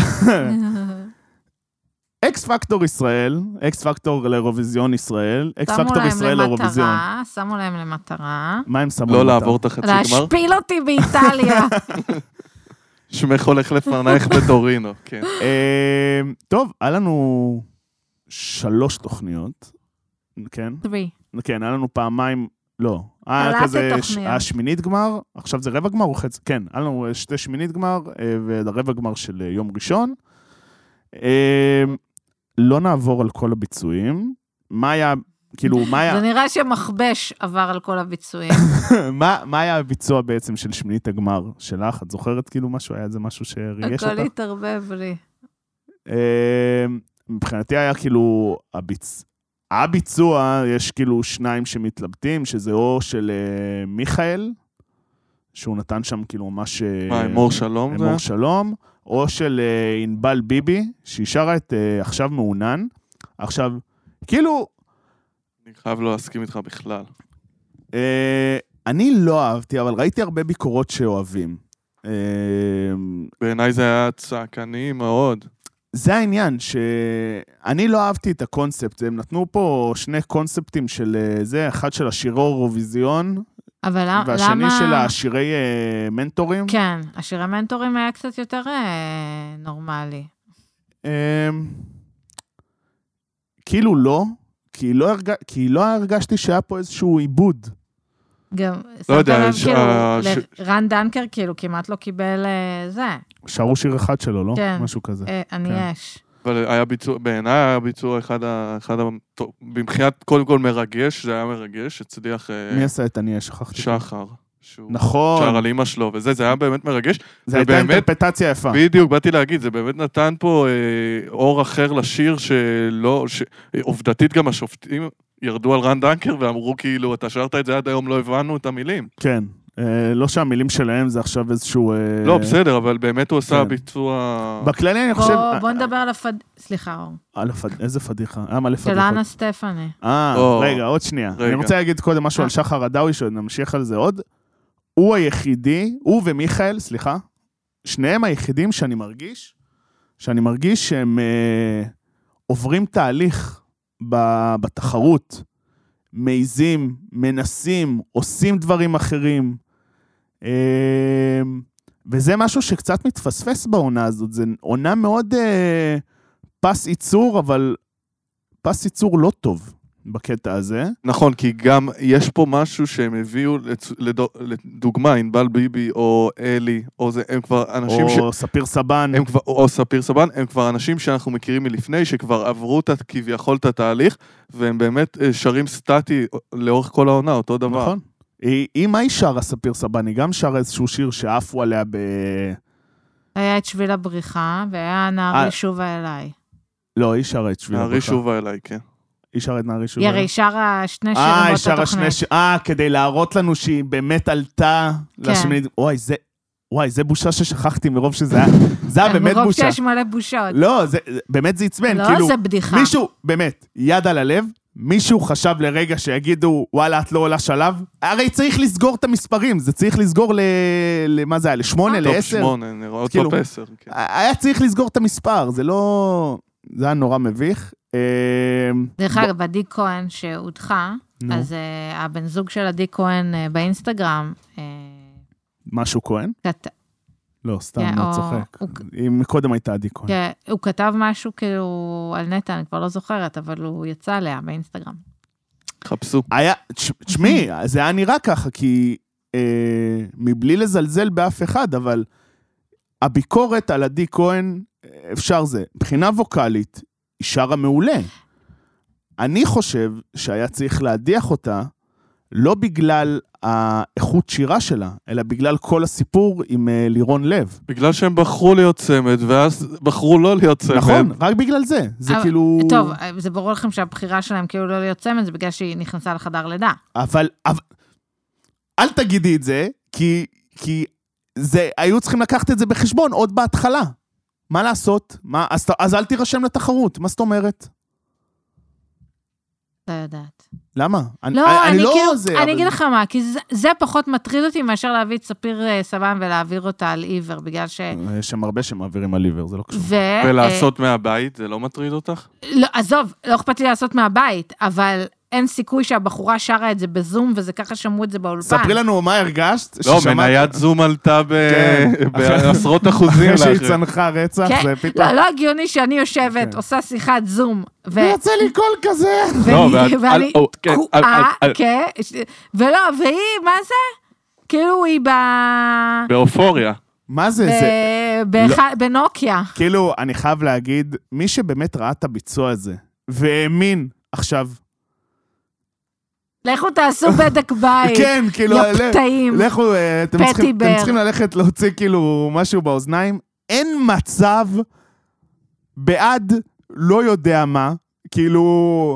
אקס פקטור ישראל, אקס פקטור לאירוויזיון ישראל, אקס פקטור ישראל לאירוויזיון. שמו להם למטרה. מה הם שמו למטרה? לא לעבור את החצי גמר? להשפיל אותי באיטליה. שמך הולך לפרנייך בטורינו, כן. טוב, היה לנו 3 תוכניות, כן? 3. כן, היה לנו פעמיים, לא. היה כזה, היה שמינית גמר, עכשיו זה רבע גמר או חצי? כן, היה לנו 2 שמינית גמר, ורבע גמר של יום ראשון. לא נעבור על כל הביצועים. מה היה, כאילו, מה היה... זה נראה שמחבש עבר על כל הביצועים. מה היה הביצוע בעצם של שמינית הגמר שלך? את זוכרת כאילו משהו? היה איזה משהו שריגש אותך? הכל התערבב לי. מבחינתי היה כאילו, הביצוע, יש כאילו 2 שמתלבטים, שזה או של מיכאל, שהוא נתן שם כאילו ממש... אמור שלום. אמור שלום, או של ענבל ביבי, שהיא שרה את עכשיו מעונן. עכשיו, כאילו... אני חייב לא להסכים איתך בכלל. אני לא אהבתי, אבל ראיתי הרבה ביקורות שאוהבים. בעיניי זה היה צעקני מאוד. זה העניין, שאני לא אהבתי את הקונספט, הם נתנו פה 2 קונספטים של זה, אחד של השירי אירוויזיון, והשני של השירי מנטורים. כן, השירי מנטורים היה קצת יותר נורמלי. כאילו לא, כי לא הרגשתי שהיה פה איזשהו עיבוד. גם, לא יודע, רן דנקר כאילו כמעט לא קיבל זה. שרו שיר אחד שלו, לא? כן. משהו כזה. אני יש. אבל היה ביצוע, בעיניי היה ביצוע אחד במחיית קודם כל מרגש, זה היה מרגש, הצליח... מי עשה את אני שכחתי? שחר. נכון. שר על אמא שלו, וזה היה באמת מרגש. זה הייתה אינטרפטציה יפה. בדיוק, באתי להגיד, זה באמת נתן פה אור אחר לשיר שלא, עובדתית גם השופטים ירדו על רן דנקר ואמרו כאילו, אתה שרת את זה עד היום, לא הבנו את המילים. כן. לא שהמילים שלהם זה עכשיו איזשהו... לא, בסדר, אבל באמת הוא עשה ביצוע... בכללי אני חושב... בוא נדבר על סליחה, אור. איזה פדיחה? היה מלא פדיחות. של אנה סטפני. רגע, עוד שנייה. אני רוצה להגיד קודם משהו על שחר עדאוי, שנמשיך על זה עוד. הוא היחידי, הוא ומיכאל, סליחה, שניהם היחידים שאני מרגיש שהם עוברים תהליך בתחרות, מעיזים, מנסים, עושים דברים אחרים, וזה משהו שקצת מתפספס בעונה הזאת, זה עונה מאוד פס ייצור, אבל פס ייצור לא טוב בקטע הזה. נכון, כי גם יש פה משהו שהם הביאו, לדוגמה, ענבל ביבי או אלי, הם כבר אנשים או ספיר סבן. או ספיר סבן, הם כבר אנשים שאנחנו מכירים מלפני, שכבר עברו כביכול את התהליך, והם באמת שרים סטטי לאורך כל העונה, אותו דבר. נכון. מה היא שרה ספיר סבן? היא גם שרה איזשהו שיר שעפו עליה היה את שביל הבריחה, והיה נערי שובה אליי. לא, היא שרה את שביל הבריחה. נערי שובה אליי, כן. היא שרה את נערי שובה. היא שרה 2 שירים באותה תוכנית. כדי להראות לנו שהיא באמת עלתה לשמינית. וואי, זה בושה ששכחתי מרוב שזה היה. זה היה באמת בושה. מרוב שיש מלא בושות. לא, באמת זה עצבן. לא, זה בדיחה. מישהו, באמת, יד על הלב, מישהו חשב לרגע שיגידו, וואלה, את לא עולה שלב. הרי צריך לסגור את המספרים, זה צריך לסגור למה זה היה? ל8, ל10? טופ 8, נראה טופ 10. היה צריך לסגור את המספר, זה לא... זה היה נורא מביך. דרך אגב, עדי כהן שהודחה, אז הבן זוג של עדי כהן באינסטגרם... משהו כהן? לא, סתם, לא צוחק. אם קודם הייתה עדי כהן. כן, הוא כתב משהו כאילו על נטע, אני כבר לא זוכרת, אבל הוא יצא עליה באינסטגרם. חפשו. תשמעי, זה היה נראה ככה, כי מבלי לזלזל באף אחד, אבל הביקורת על עדי כהן, אפשר זה, מבחינה ווקלית, היא שרה מעולה. אני חושב שהיה צריך להדיח אותה, לא בגלל האיכות שירה שלה, אלא בגלל כל הסיפור עם לירון לב. בגלל שהם בחרו להיות צמד, ואז בחרו לא להיות צמד. נכון, רק בגלל זה. זה כאילו... טוב, זה ברור לכם שהבחירה שלהם כאילו לא להיות צמד, זה בגלל שהיא נכנסה לחדר לידה. אבל אל תגידי את זה, כי זה, היו צריכים לקחת את זה בחשבון עוד בהתחלה. מה לעשות? אז אל תירשם לתחרות, מה זאת אומרת? לא יודעת. למה? לא, אני אגיד לך מה, כי זה פחות מטריד אותי מאשר להביא את ספיר סבן ולהעביר אותה על עיוור, בגלל ש... יש שם הרבה שמעבירים על עיוור, זה לא קשור. ולעשות מהבית, זה לא מטריד אותך? לא, עזוב, לא אכפת לי לעשות מהבית, אבל אין סיכוי שהבחורה שרה את זה בזום, וזה ככה שמעו את זה באולפן. ספרי לנו מה הרגשת. לא, מניית זום עלתה בעשרות אחוזים. אחרי שהיא צנחה רצח, זה פתאום. לא הגיוני שאני יושבת, עושה שיחת זום. ויוצא לי קול כזה. ואני תקועה, כן. ולא, והיא, מה זה? כאילו היא באופוריה. מה זה? בנוקיה. כאילו, אני חייב להגיד, מי שבאמת ראה את הביצוע הזה, והאמין עכשיו, לכו תעשו בדק בית. כן, כאילו, יפתאים. לכו, אתם צריכים ללכת להוציא כאילו משהו באוזניים. אין מצב בעד לא יודע מה, כאילו,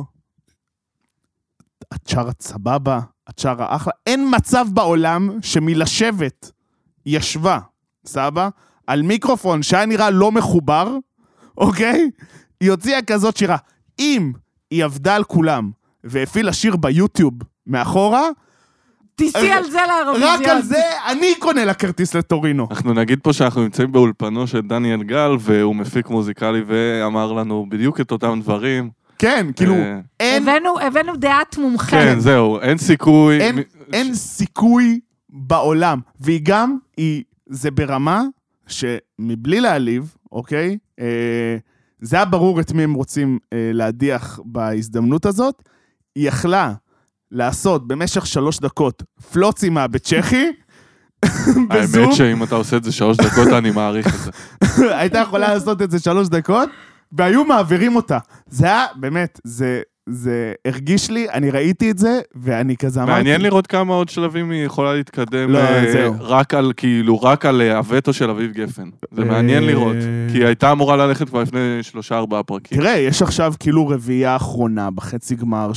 את שרה סבבה, את שרה אחלה. אין מצב בעולם שמלשבת ישבה, סבבה, על מיקרופון שהיה נראה לא מחובר, אוקיי? היא הוציאה כזאת שירה. אם היא עבדה על כולם, והפעילה שיר ביוטיוב מאחורה, תיסי על זה לאירוויזיון. רק על זה אני קונה לה כרטיס לטורינו. אנחנו נגיד פה שאנחנו נמצאים באולפנו של דניאל גל, והוא מפיק מוזיקלי ואמר לנו בדיוק את אותם דברים. כן, כאילו, הבאנו דעת מומחה. כן, זהו, אין סיכוי. אין סיכוי בעולם. והיא גם, זה ברמה שמבלי להעליב, אוקיי? זה היה ברור את מי הם רוצים להדיח בהזדמנות הזאת. היא יכלה לעשות במשך 3 דקות פלוצימה בצ'כי. האמת שאם אתה עושה את זה 3 דקות, אני מעריך את זה. הייתה יכולה לעשות את זה 3 דקות, והיו מעבירים אותה. זה היה, באמת, זה הרגיש לי, אני ראיתי את זה, ואני כזה אמרתי... מעניין לראות כמה עוד שלבים היא יכולה להתקדם, רק על הווטו של אביב גפן. זה מעניין לראות, כי היא הייתה אמורה ללכת כבר לפני 3-4 פרקים. תראה, יש עכשיו כאילו רביעייה אחרונה בחצי גמר,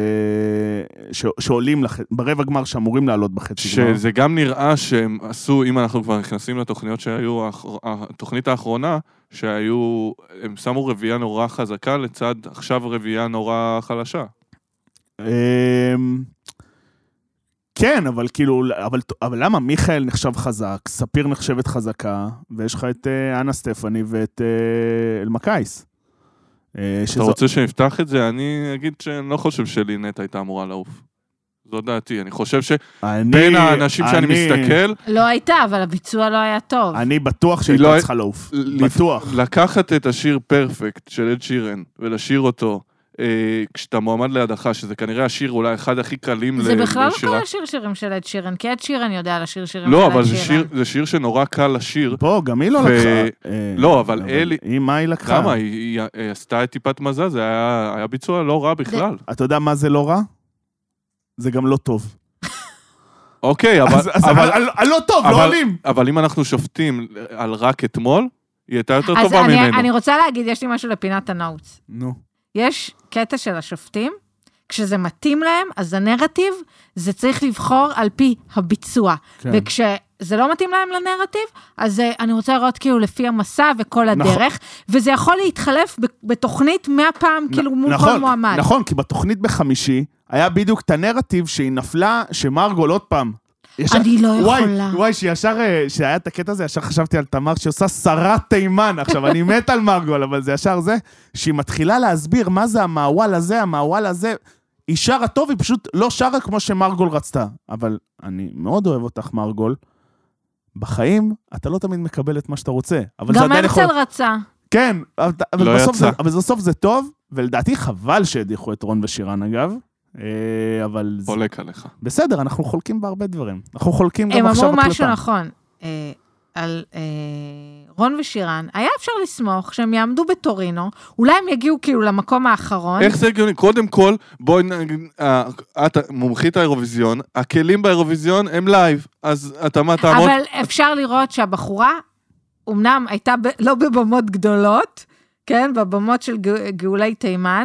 שעולים ברבע גמר שאמורים לעלות בחצי גמר. שזה גם נראה שהם עשו, אם אנחנו כבר נכנסים לתוכניות שהיו, התוכנית האחרונה, הם שמו רביעייה נורא חזקה, לצד עכשיו רביעייה נורא חלשה. כן, אבל כאילו, אבל למה מיכאל נחשב חזק, ספיר נחשבת חזקה, ויש לך את אנה סטפני ואת אלמקייס. אתה רוצה שנפתח את זה? אני אגיד שאני לא חושב שלינט הייתה אמורה לעוף. זו דעתי, אני חושב שבין האנשים שאני מסתכל... לא הייתה, אבל הביצוע לא היה טוב. אני בטוח שהייתה צריכה לעוף. בטוח. לקחת את השיר פרפקט של אד שירן, ולשיר אותו, כשאתה מועמד להדחה, שזה כנראה השיר אולי אחד הכי קלים לשירה. זה בכלל לא קל לשיר שירים של אד שירן, כי אד שירן יודע לשיר שירים של אד שירן. לא, אבל זה שיר שנורא קל לשיר. בוא, גם היא לא לקחה. לא, אבל אלי... מה היא לקחה? למה? היא עשתה את טיפת מזל, זה היה ביצוע לא רע בכלל. אתה יודע מה זה לא רע? זה גם לא טוב. אוקיי, אבל לא טוב, לא עולים. אבל אם אנחנו שופטים על רק אתמול, היא הייתה יותר טובה ממנו. אז אני רוצה להגיד, יש לי משהו לפינת הנאוץ. נו. יש קטע של השופטים, כשזה מתאים להם, אז הנרטיב, זה צריך לבחור על פי הביצוע. וכשזה לא מתאים להם לנרטיב, אז אני רוצה לראות כאילו לפי המסע וכל הדרך, וזה יכול להתחלף בתוכנית 100 פעם, כאילו מול כל מועמד. נכון, כי בתוכנית בחמישי, היה בדיוק את הנרטיב שהיא נפלה, שמרגול עוד פעם. אני לא יכולה. וואי, שהיה את הקטע הזה, ישר חשבתי על תמר שעושה שרת תימן. עכשיו, אני מת על מרגול, אבל זה ישר זה, שהיא מתחילה להסביר מה זה המעוול הזה, המעוול הזה. היא שרה טוב, היא פשוט לא שרה כמו שמרגול רצתה. אבל אני מאוד אוהב אותך, מרגול. בחיים, אתה לא תמיד מקבל את מה שאתה רוצה. גם הרצל רצה. כן, אבל בסוף זה טוב, ולדעתי חבל שהדיחו את רון ושירן, אגב. אבל... חולק עליך. בסדר, אנחנו חולקים בהרבה דברים. אנחנו חולקים גם עכשיו הקלטה. הם אמרו משהו נכון. על רון ושירן, היה אפשר לסמוך שהם יעמדו בטורינו, אולי הם יגיעו כאילו למקום האחרון. איך זה הגיוני? קודם כל, בואי נגיד, את מומחית האירוויזיון, הכלים באירוויזיון הם לייב, אז אתה מה תעמוד... אבל אפשר לראות שהבחורה, אמנם הייתה לא בבמות גדולות, כן, בבמות של גאולי תימן,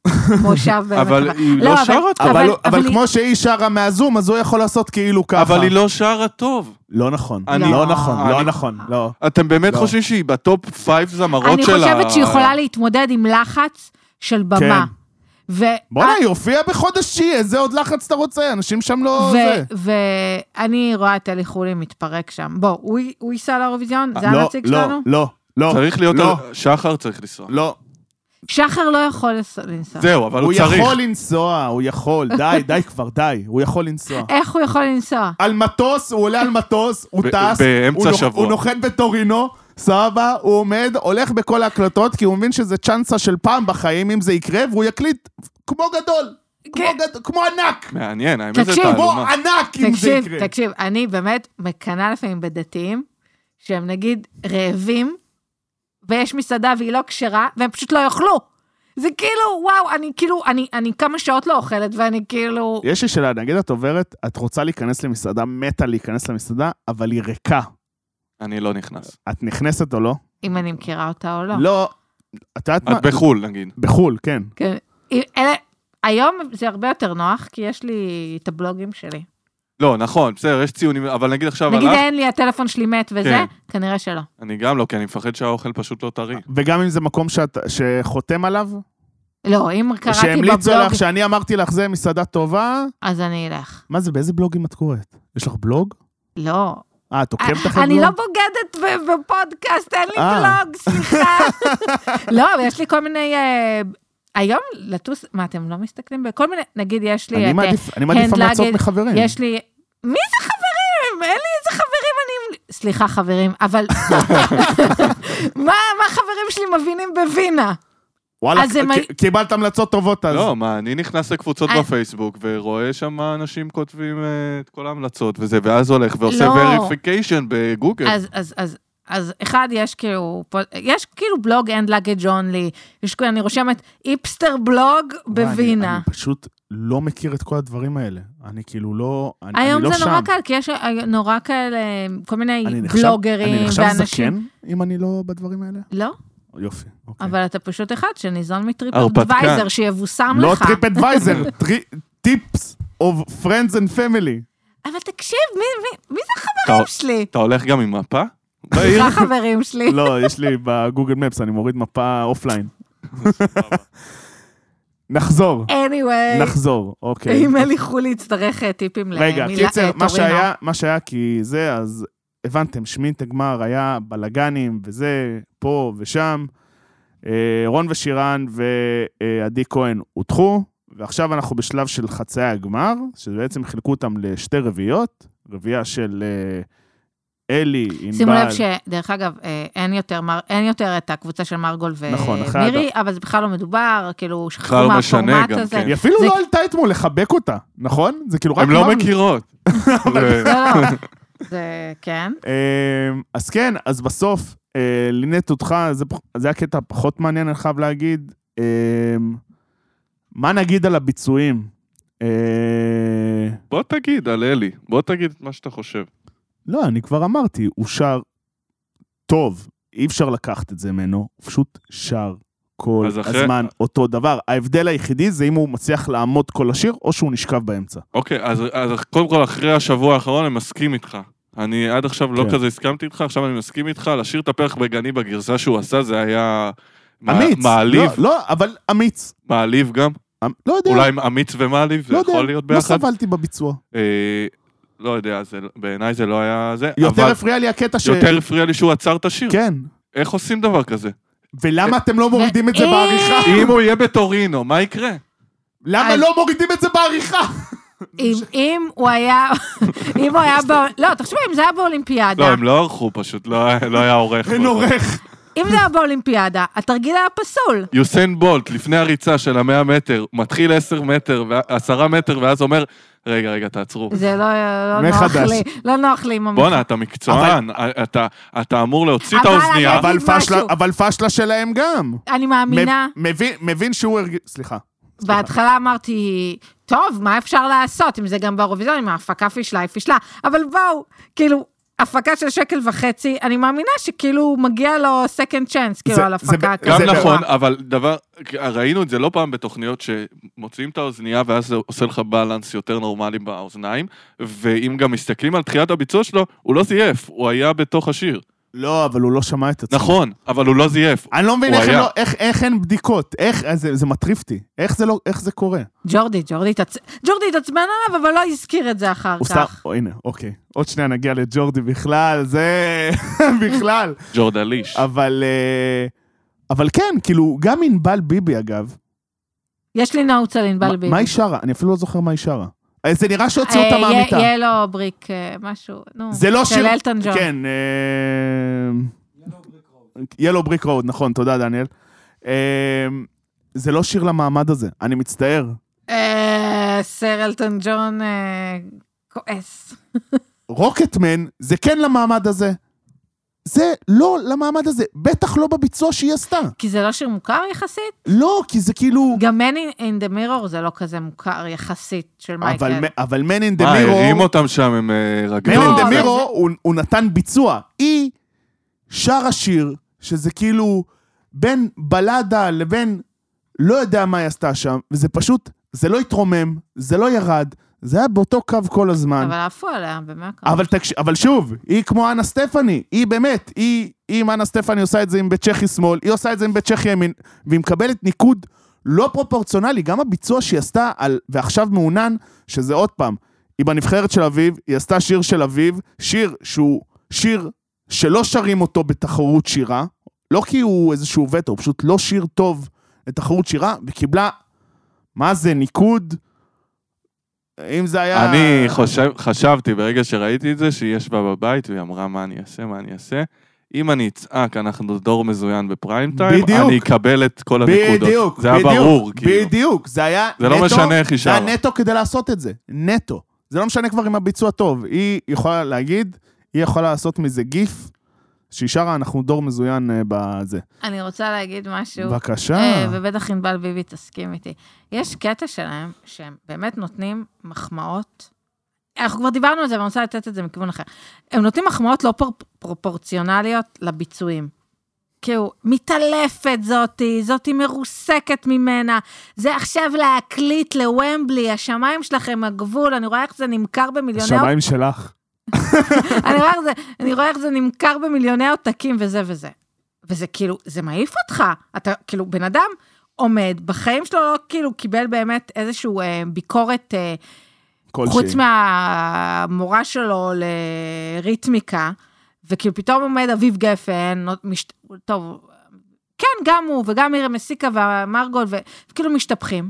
אבל היא לא שרה טוב. אבל כמו שהיא שרה מהזום, אז הוא יכול לעשות כאילו ככה. אבל היא לא שרה טוב. לא נכון, לא נכון, לא נכון. אתם באמת חושבים שהיא בטופ 5 זמרות שלה? אני חושבת שהיא יכולה להתמודד עם לחץ של במה. בוא'נה, היא הופיעה בחודשי, איזה עוד לחץ אתה רוצה? אנשים שם לא... ואני רואה את אלי חולי מתפרק שם. בוא, הוא ייסע לאירוויזיון? זה הנציג שלנו? לא. צריך להיות... שחר צריך לנסוע. לא. שחר לא יכול לנסוע. זהו, אבל הוא הוא צריך. יכול לנסוע, הוא יכול, די כבר, די, הוא יכול לנסוע. איך הוא יכול לנסוע? על מטוס, הוא עולה על מטוס, הוא טס, באמצע שבוע. הוא נוחת בטורינו, סבבה, הוא עומד, הולך בכל ההקלטות, כי הוא מבין שזה צ'אנסה של פעם בחיים, אם זה יקרה, והוא יקליט כמו גדול, כמו ענק. מעניין, האמת זה תקשיב, כמו תעלומה. ענק, אם זה יקרה. תקשיב, אני באמת מקנה לפעמים בדתיים, שהם נגיד רעבים, ויש מסעדה והיא לא כשרה, והם פשוט לא יאכלו. זה כאילו, וואו, אני כמה שעות לא אוכלת, ואני כאילו... יש לי שאלה, נגיד את עוברת, את רוצה להיכנס למסעדה, מתה להיכנס למסעדה, אבל היא ריקה. אני לא נכנס. את נכנסת או לא? אם אני מכירה אותה או לא. לא. את יודעת מה? את בחול, נגיד. בחול, כן. כן. היום זה הרבה יותר נוח, כי יש לי את הבלוגים שלי. לא, נכון, בסדר, יש ציונים, אבל נגיד עכשיו נגיד הלך, אין לי, הטלפון שלי מת וזה, כן. כנראה שלא. אני גם לא, כי אני מפחד שהאוכל פשוט לא טרי. וגם אם זה מקום שחותם עליו, לא, אם קראתי שהמליצו בבלוג, לך, שאני אמרתי לך, זה מסעדה טובה, אז אני אלך. מה זה, באיזה בלוגים את קוראת? יש לך בלוג? לא. את עוקבת אחרי אני בלוג? לא בוגדת בפודקאסט, אין לי בלוג, סליחה. לא, אבל יש לי כל מיני... היום לטוס, מה, אתם לא מסתכלים? בכל מיני, נגיד יש לי... אני מעדיף המלצות מחברים. יש לי... מי זה חברים? אין לי איזה חברים, אני... סליחה, חברים, אבל... מה חברים שלי מבינים בווינה? וואלה, אז הם- קיבלת המלצות טובות אז. לא, מה, אני נכנס לקבוצות בפייסבוק, ורואה שם אנשים כותבים את כל ההמלצות וזה, ואז הולך ועושה לא. verification בגוגל. אז אחד, יש כאילו בלוג end luggage only, אני רושמת איפסטר בלוג בווינה. אני פשוט לא מכיר את כל הדברים האלה. אני כאילו לא, אני לא היום שם. זה נורא קל, כי יש נורא כאלה, כל מיני אני נחשב בלוגרים זקן, ואנשים. אם אני לא בדברים האלה? לא, יופי, אוקיי. אבל אתה פשוט אחד שניזון מטריפ הרפתקן. אדוויזר, שיבוסם לא לך. טריפ אדוויזר, טיפס of friends and family. אבל תקשיב, מי זה החברים שלי? אתה הולך גם עם מפה? זה החברים שלי. לא, יש לי בגוגל מפס, אני מוריד מפה אופליין. נחזור, anyway, אוקיי. אם אלי חולי יצטרך טיפים רגע, קיצר, טורינו. מה שהיה כי זה, אז הבנתם, שמינט הגמר היה בלגנים וזה, פה ושם, רון ושירן ועדי כהן הותחו, ועכשיו אנחנו בשלב של חצאי הגמר, שבעצם חילקו אותם לשתי רביעיות, רביעייה של אלי, ענבל. שימו לב שדרך אגב, אין יותר את הקבוצה של מרגול ומירי, אבל זה בכלל לא מדובר, כאילו שכחו מהפורמט הזה. היא אפילו לא עלתה אתמול לחבק אותה, נכון? זה כאילו רק הם לא מכירות. לא, זה כן. אז כן, אז בסוף, לינט אותך, זה הקטע פחות מעניין, אני חייב להגיד, מה נגיד על הביצועים? בוא תגיד על אלי, בוא תגיד את מה שאתה חושב. לא, אני כבר אמרתי, הוא שר טוב, אי אפשר לקחת את זה ממנו, הוא פשוט שר כל הזמן אותו דבר. ההבדל היחידי זה אם הוא מצליח לעמוד כל השיר, או שהוא נשכב באמצע. אוקיי, אז קודם כל אחרי השבוע האחרון אני מסכים איתך. אני עד עכשיו לא כזה הסכמתי איתך, עכשיו אני מסכים איתך, לשיר את הפרח בגני בגרסה שהוא עשה, זה היה מעליב. לא, אבל אמיץ. מעליב גם? לא יודע. אולי אמיץ ומעליב, זה יכול להיות ביחד? לא סבלתי בביצוע. לא יודע, בעיניי זה לא היה זה. יותר הפריע לי הקטע יותר הפריע לי שהוא עצר את השיר. כן. איך עושים דבר כזה? ולמה אתם לא מורידים את זה בעריכה? אם הוא יהיה בטורינו, מה יקרה? למה לא מורידים את זה בעריכה? אם הוא היה, לא, תחשבו, אם זה היה באולימפיאדה. לא, הם לא ערכו פשוט, לא היה עורך. אין עורך. אם זה היה באולימפיאדה, התרגיל היה פסול. יוסיין בולט, לפני הריצה של 100 מטר, מתחיל 10 מטר, 10 מטר, ואז אומר, רגע, תעצרו. זה לא נוח לי, לא נוח לי עם המחר. בונה, אתה מקצוען, אתה אמור להוציא את האוזנייה. אבל פשלה שלהם גם. אני מאמינה. מבין שהוא הרגיש, סליחה. בהתחלה אמרתי, טוב, מה אפשר לעשות? אם זה גם באירוויזיון, אם ההפקה פישלה, אבל בואו, כאילו, הפקה של 1.5 שקל, אני מאמינה שכאילו מגיע לו second chance, כאילו על הפקה כזאת. גם נכון, אבל דבר, ראינו את זה לא פעם בתוכניות שמוציאים את האוזנייה, ואז זה עושה לך בלנס יותר נורמלי באוזניים, ואם גם מסתכלים על תחילת הביצוע שלו, הוא לא זייף, הוא היה בתוך השיר. לא, אבל הוא לא שמע את עצמו. נכון, אבל הוא לא זייף. אני לא מבין איך אין בדיקות, זה מטריף אותי, איך זה קורה? ג'ורדי התעצבן עליו, אבל לא הזכיר את זה אחר כך. הנה, אוקיי. עוד שנייה נגיע לג'ורדי בכלל, זה בכלל. ג'ורדליש. אבל כן, כאילו, גם ענבל ביבי, אגב. יש לי נאוץ על ענבל ביבי. מה היא שרה? אני אפילו לא זוכר מה היא שרה. זה נראה שהוציאו אותה מהמיטה. ילו בריק, משהו, נו. זה לא שיר... של אלטון ג'ון. כן. ילו בריק רוד, נכון, תודה, דניאל. זה לא שיר למעמד הזה, אני מצטער. סר אלטון ג'ון כועס. רוקטמן, זה כן למעמד הזה. זה לא למעמד הזה, בטח לא בביצוע שהיא עשתה. כי זה לא שיר מוכר יחסית? לא, כי זה כאילו... גם Man in the Mirror זה לא כזה מוכר יחסית של מייקל. אבל Man in the Mirror... הרים אותם שם, הם רגלו. Man in the Mirror הוא נתן ביצוע. היא שר השיר, שזה כאילו בין בלדה לבין לא יודע מה היא עשתה שם, וזה פשוט, זה לא התרומם, זה לא ירד, זה היה באותו קו כל הזמן. אבל עפו עליה, במקרה. אבל שוב, היא כמו אנה סטפני, היא באמת, אם אנה סטפני עושה את זה עם בית צ'כי שמאל, היא עושה את זה עם בית צ'כי ימין, והיא מקבלת ניקוד לא פרופורציונלי, גם הביצוע שהיא עשתה, ועכשיו מעונן, שזה עוד פעם, היא בנבחרת של אביב, היא עשתה שיר של אביב, שיר שהוא שיר שלא שרים אותו בתחרות שירה, לא כי הוא איזשהו וטו, הוא פשוט לא שיר טוב לתחרות שירה, וקיבלה, מה זה, ניקוד, אם זה היה... אני חשבתי ברגע שראיתי את זה, שהיא ישבה בבית, והיא אמרה מה אני אעשה, אם אני אצעק, אנחנו דור מזוין בפריים טיים, אני אקבל את כל הנקודות. זה היה ברור, כאילו. בדיוק, זה היה נטו, זה לא משנה איך היא שרה. זה היה נטו כדי לעשות את זה, נטו. זה לא משנה כבר עם הביצוע טוב. היא יכולה להגיד, היא יכולה לעשות מזה גיף, שהיא שרה, אנחנו דור מזוין בזה. אני רוצה להגיד משהו. בבקשה. ובטח ענבל ביבי תסכים איתי. יש קטע שלהם, שהם באמת נותנים מחמאות, אנחנו כבר דיברנו על זה, ואני רוצה לתת את זה מכיוון אחר. הם נותנים מחמאות לא פרופורציונליות לביצועים. כאילו, מתעלפת זאתי מרוסקת ממנה, זה עכשיו להקליט לוומבלי, השמיים שלכם הגבול, אני רואה איך זה נמכר במיליוני... השמיים שלך. אני רואה איך זה נמכר במיליוני עותקים וזה וזה. וזה כאילו, זה מעיף אותך. אתה כאילו, בן אדם עומד, בחיים שלו לא כאילו קיבל באמת איזשהו ביקורת... חוץ מהמורה שלו לריתמיקה, וכאילו פתאום עומד אביב גפן, טוב, כן, גם הוא, וגם מירי מסיקה והמרגול, וכאילו משתפכים.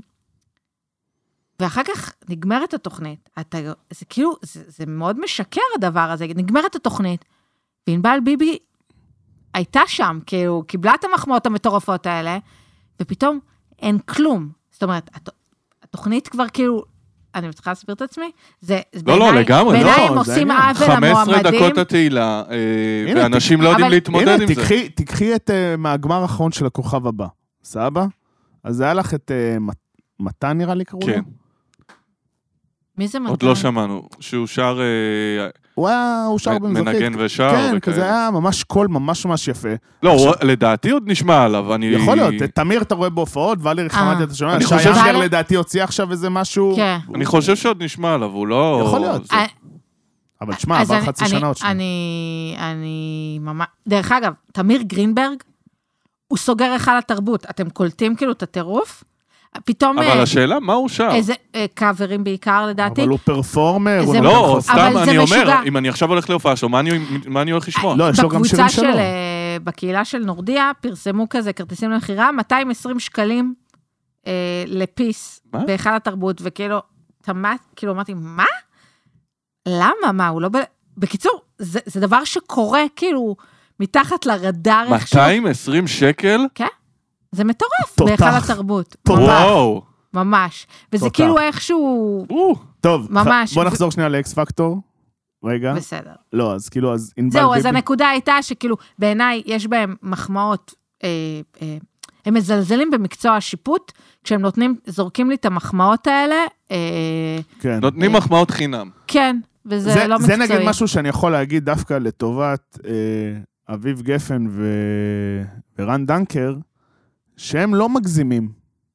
ואחר כך נגמרת התוכנית, זה כאילו, זה מאוד משקר הדבר הזה, נגמרת התוכנית, וענבל ביבי הייתה שם, כאילו, קיבלה את המחמאות המטורפות האלה, ופתאום אין כלום. זאת אומרת, התוכנית כבר כאילו, אני צריכה להסביר את עצמי? לא, לגמרי. בעיניי הם עושים עוול למועמדים. 15 דקות התהילה, ואנשים לא יודעים להתמודד עם זה. הנה, תקחי את מהגמר האחרון של הכוכב הבא. סבא? אז היה לך את מתן נראה לי קראו לו? כן. מי זה מתן? עוד לא שמענו. שהוא שר... הוא שר במזרחית. מנגן ושר. כן, כזה היה ממש קול ממש יפה. לא, לדעתי עוד נשמע עליו. יכול להיות, תמיר אתה רואה בהופעות, ואלי חמד אתה שומע, שי אשר לדעתי הוציא עכשיו איזה משהו. אני חושב שעוד נשמע עליו, הוא לא... יכול להיות. אבל תשמע, עבר חצי שנה עוד שנה. אני ממש... דרך אגב, תמיר גרינברג, הוא סוגר היכל התרבות. אתם קולטים כאילו את הטירוף? פתאום... אבל השאלה, מה הוא שר? איזה קאברים בעיקר, לדעתי. אבל הוא פרפורמר. לא, סתם אני אומר, אם אני עכשיו הולך להופעה שלו, מה אני הולך לשמוע? לא, יש לו גם שירים שלו. בקהילה של נורדיה, פרסמו כזה כרטיסים למחירה, 220 שקלים לפיס, בהיכל התרבות, וכאילו, כאילו אמרתי, מה? למה? מה? הוא לא... בקיצור, זה דבר שקורה, כאילו, מתחת לרדאר. 220 שקל? כן. זה מטורף, בהיכל התרבות. וואו. ממש. וזה כאילו איכשהו... טוב, ממש. בוא נחזור שנייה לאקס פקטור. רגע. בסדר. לא, אז כאילו, אז... זהו, אז הנקודה הייתה שכאילו, בעיניי יש בהם מחמאות, הם מזלזלים במקצוע השיפוט, כשהם זורקים לי את המחמאות האלה. נותנים מחמאות חינם. כן, וזה לא מקצועי. זה נגיד משהו שאני יכול להגיד דווקא לטובת אביב גפן ורן דנקר, שהם לא מגזימים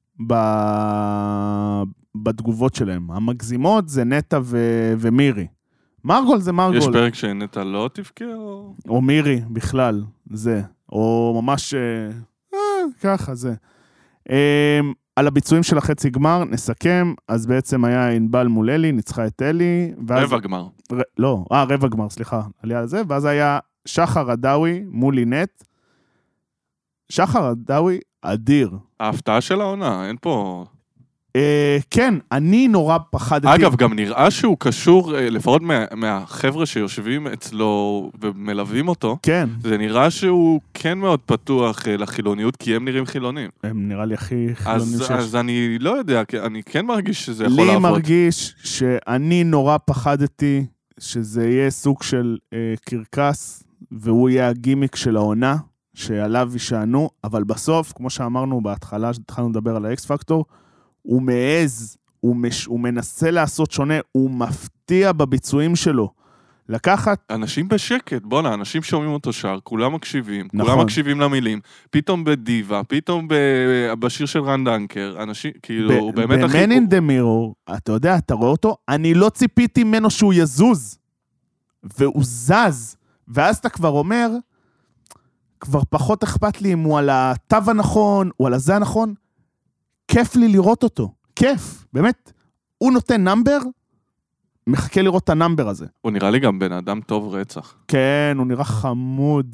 בתגובות שלהם. המגזימות זה נטה ומירי. מרגול זה מרגול. יש פרק שנטה לא תבכה או... או מירי בכלל, זה. או ממש... ככה, זה. על הביצועים של החצי גמר, נסכם, אז בעצם היה ענבל מול אלי, ניצחה את אלי. רבע גמר. לא, רבע גמר, סליחה, עליה על זה, ואז היה שחר רדאווי מול לינט, שחר עדאווי אדיר. ההפתעה של העונה, אין פה... כן, אני נורא פחדתי. אגב, גם נראה שהוא קשור, לפחות מהחבר'ה שיושבים אצלו ומלווים אותו, כן. זה נראה שהוא כן מאוד פתוח לחילוניות, כי הם נראים חילונים. הם נראה לי הכי חילונים שיש. אז אני לא יודע, אני כן מרגיש שזה יכול לעבוד. לי מרגיש שאני נורא פחדתי שזה יהיה סוג של קרקס, והוא יהיה הגימיק של העונה, שעליו ישענו, אבל בסוף, כמו שאמרנו בהתחלה, שהתחלנו לדבר על האקס פקטור, הוא מעז, הוא מנסה לעשות שונה, הוא מפתיע בביצועים שלו. לקחת... אנשים בשקט, בונה, אנשים שומעים אותו שר, כולם מקשיבים, נכון. כולם מקשיבים למילים, פתאום בדיבה, פתאום בשיר של רן דנקר, אנשים, כאילו, הוא באמת הכי... ב-Man in the Mirror, אתה יודע, אתה רואה אותו, אני לא ציפיתי ממנו שהוא יזוז, והוא זז, ואז אתה כבר אומר, כבר פחות אכפת לי אם הוא על התו הנכון, או על הזה הנכון, כיף לי לראות אותו, כיף, באמת, הוא נותן נאמבר, מחכה לראות את הנאמבר הזה. הוא נראה לי גם בן אדם טוב רצח. כן, הוא נראה חמוד.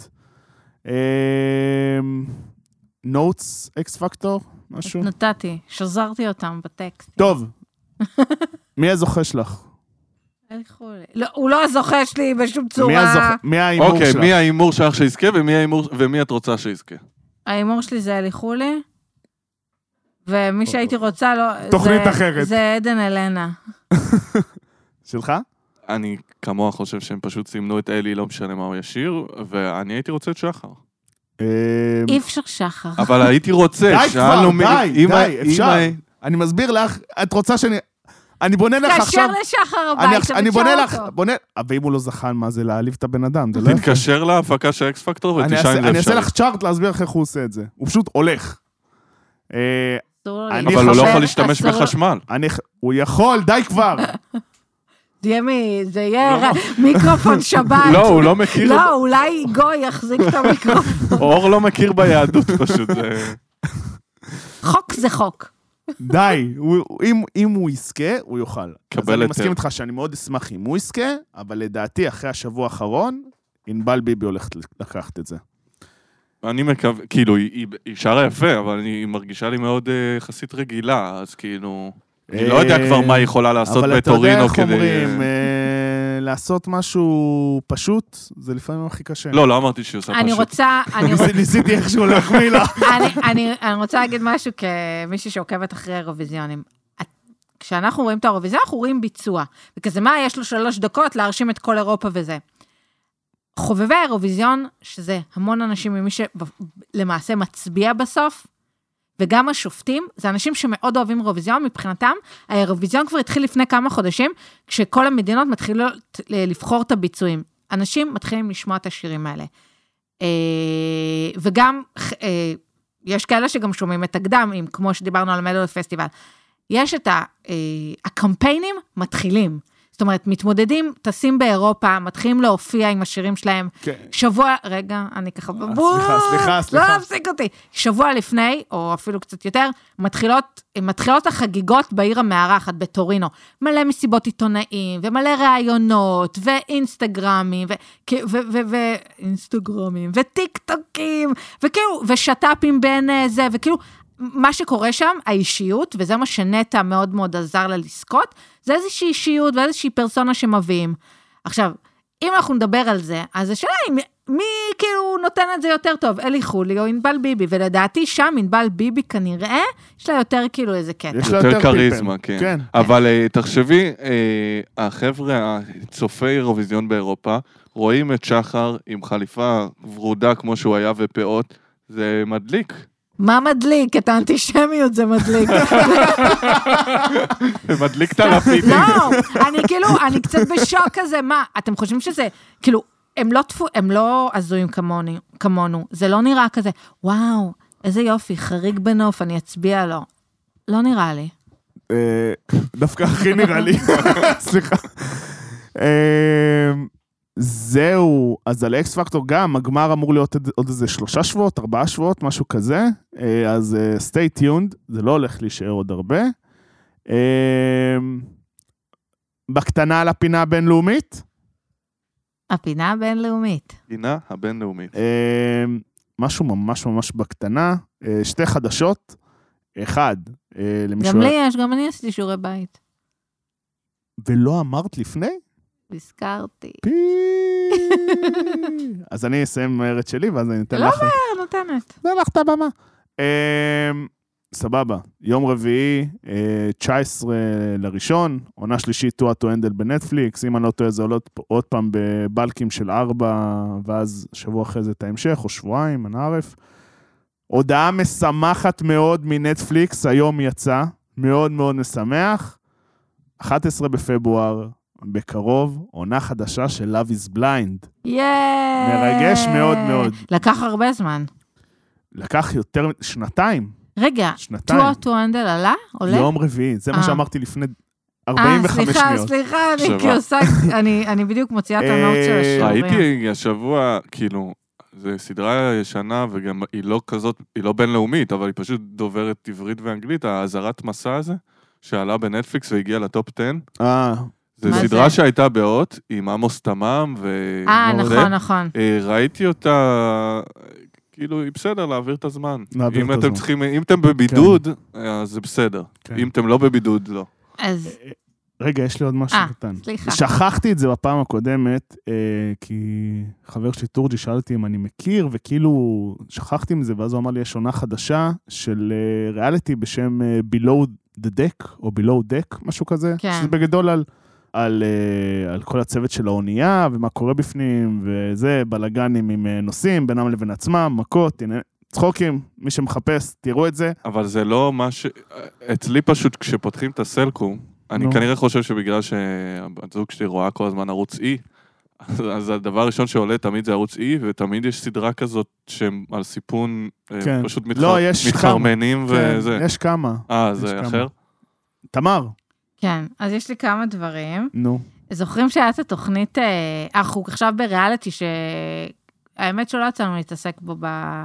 נוטס, אקס פקטור, משהו? נתתי, שזרתי אותם בטקסט. טוב, מי הזוכה שלך? לא, הוא לא הזוכה שלי בשום צורה. מי האימור שלך? אוקיי, מי האימור שלך שיזכה, ומי את רוצה שיזכה? האימור שלי זה אלי חולי, ומי שהייתי רוצה, לא... תוכנית אחרת. זה עדן אלנה. שלך? אני כמוה חושב שהם פשוט סימנו את אלי, לא משנה מה הוא ישיר, ואני הייתי רוצה את שחר. אי אפשר שחר. אבל הייתי רוצה, די כבר, די, אפשר. אני מסביר לך, את רוצה שאני... אני בונה לך עכשיו... תתקשר לשחר הביתה אני בונה לך... אותו. ואם הוא לא זכן, מה זה להעליב את הבן אדם? זה לא יפה. תתקשר להפקה של אקס פקטור ותשאל אם זה אפשרי. אני אעשה לך צ'ארט להסביר איך הוא עושה את זה. הוא פשוט הולך. אבל הוא לא יכול להשתמש בחשמל. הוא יכול, די כבר. זה יהיה מיקרופון שבת. לא, הוא לא מכיר. לא, אולי גוי יחזיק את המיקרופון. אור לא מכיר ביהדות פשוט. חוק זה חוק. די, אם הוא יזכה, הוא יוכל. אז אני יותר. מסכים איתך שאני מאוד אשמח אם הוא יזכה, אבל לדעתי, אחרי השבוע האחרון, ענבל ביבי הולכת לקחת את זה. אני מקווה, כאילו, היא שרה יפה, אבל היא מרגישה לי מאוד יחסית רגילה, אז כאילו, אני לא יודע כבר מה היא יכולה לעשות בטורינו כדי... אבל אתה יודע איך אומרים, לעשות משהו פשוט, זה לפעמים הכי קשה. לא אמרתי שהיא עושה פשוט. ניסיתי איכשהו להחמיא לה. אני רוצה להגיד משהו כמישהי שעוקבת אחרי אירוויזיונים. כשאנחנו רואים את האירוויזיון, אנחנו רואים ביצוע. וכזה מה, יש לו 3 דקות להרשים את כל אירופה וזה. חובבי האירוויזיון, שזה המון אנשים ממי שלמעשה מצביע בסוף, וגם השופטים, זה אנשים שמאוד אוהבים אירוויזיון, מבחינתם, האירוויזיון כבר התחיל לפני כמה חודשים, כשכל המדינות מתחילות לבחור את הביצועים. אנשים מתחילים לשמוע את השירים האלה. וגם, יש כאלה שגם שומעים את הקדמים, כמו שדיברנו על מלו לפסטיבל. יש את הקמפיינים מתחילים. זאת אומרת, מתמודדים, טסים באירופה, מתחילים להופיע עם השירים שלהם. שבוע, רגע, אני ככה... סליחה. לא להפסיק אותי. שבוע לפני, או אפילו קצת יותר, מתחילות החגיגות בעיר המארחת, בטורינו. מלא מסיבות עיתונאים, ומלא ראיונות, ואינסטגרמים, ואינסטגרמים, וטיק טוקים, וכאילו, ושטאפים בין זה, וכאילו... מה שקורה שם, האישיות, וזה מה שנטע מאוד מאוד עזר לה לזכות, זה איזושהי אישיות ואיזושהי פרסונה שמביאים. עכשיו, אם אנחנו נדבר על זה, אז השאלה היא, מי כאילו נותן את זה יותר טוב? אלי חולי או ענבל ביבי, ולדעתי שם ענבל ביבי כנראה, יש לה יותר כאילו איזה קטע. יש לה יותר קריזמה, כן. אבל תחשבי, החבר'ה, צופי אירוויזיון באירופה, רואים את שחר עם חליפה ורודה כמו שהוא היה ופאות, זה מדליק. מה מדליק? את האנטישמיות זה מדליק. זה מדליק את הלפידים. לא, אני קצת בשוק כזה, מה? אתם חושבים שזה, כאילו, הם לא עזויים כמונו, זה לא נראה כזה, וואו, איזה יופי, חריג בנוף, אני אצביע לו. לא נראה לי. דווקא הכי נראה לי. סליחה. זהו, אז על אקס פקטור גם, הגמר אמור להיות עוד איזה 3 שבועות, 4 שבועות, משהו כזה, אז stay tuned, זה לא הולך להישאר עוד הרבה. בקטנה על הפינה הבינלאומית? הפינה הבינלאומית. פינה הבינלאומית. משהו ממש ממש בקטנה, 2 חדשות, 1, למישהו... גם לי יש, גם אני עשיתי שיעורי בית. ולא אמרת לפני? הזכרתי. אז אני אסיים מהר את שלי, ואז אני אתן לא לך... מהר, נותנת. זה לך את הבמה. סבבה, יום רביעי, 19 לראשון, עונה שלישית טועה טואנדל בנטפליקס, אם אני לא טועה זה עולות עוד פעם בבלקים של 4, ואז שבוע אחרי זה את ההמשך, או שבועיים, אני ערף. הודעה משמחת מאוד מנטפליקס, היום יצא, מאוד מאוד משמח, 11 בפברואר, בקרוב, עונה חדשה של Love is Blind. מרגש מאוד מאוד. לקח הרבה זמן. לקח יותר, 2 רגע, טועה טואנדל עלה? עולה? יום רביעי, זה מה שאמרתי לפני 45 שניות. סליחה, אני כעוסק, אני בדיוק מוציאה את הנאות של השיעורים. ראיתי השבוע, כאילו, זו סדרה ישנה, וגם היא לא כזאת, היא לא בינלאומית, אבל היא פשוט דוברת עברית ואנגלית, האזהרת מסע הזה, שעלה בנטפליקס והגיע לטופ 10. זו סדרה שהייתה באות, עם עמוס תמם, נכון. ראיתי אותה... כאילו, היא בסדר להעביר את הזמן. אם אתם בבידוד, אז זה בסדר. אם אתם לא בבידוד, לא. אז... רגע, יש לי עוד משהו קטן. סליחה. שכחתי את זה בפעם הקודמת, כי חבר שלי טורג'י שאל אותי אם אני מכיר, וכאילו שכחתי מזה, ואז הוא אמר לי, יש עונה חדשה של ריאליטי בשם Below the Deck, או Below Deck, משהו כזה. שזה בגדול על כל הצוות של האונייה, ומה קורה בפנים, וזה, בלגנים עם נושאים, בינם לבין עצמם, מכות, צחוקים, מי שמחפש, תראו את זה. אבל זה לא מה אצלי פשוט, כשפותחים את הסלקום, אני כנראה חושב שבגלל שהזוג שלי רואה כל הזמן ערוץ E, אז הדבר הראשון שעולה תמיד זה ערוץ E, ותמיד יש סדרה כזאת שהם על סיפון פשוט מתחרמנים וזה. יש כמה. זה אחר? תמר. כן, אז יש לי כמה דברים. נו. זוכרים שהיה את התוכנית, אנחנו עכשיו בריאליטי, שהאמת שלא יצאנו להתעסק בו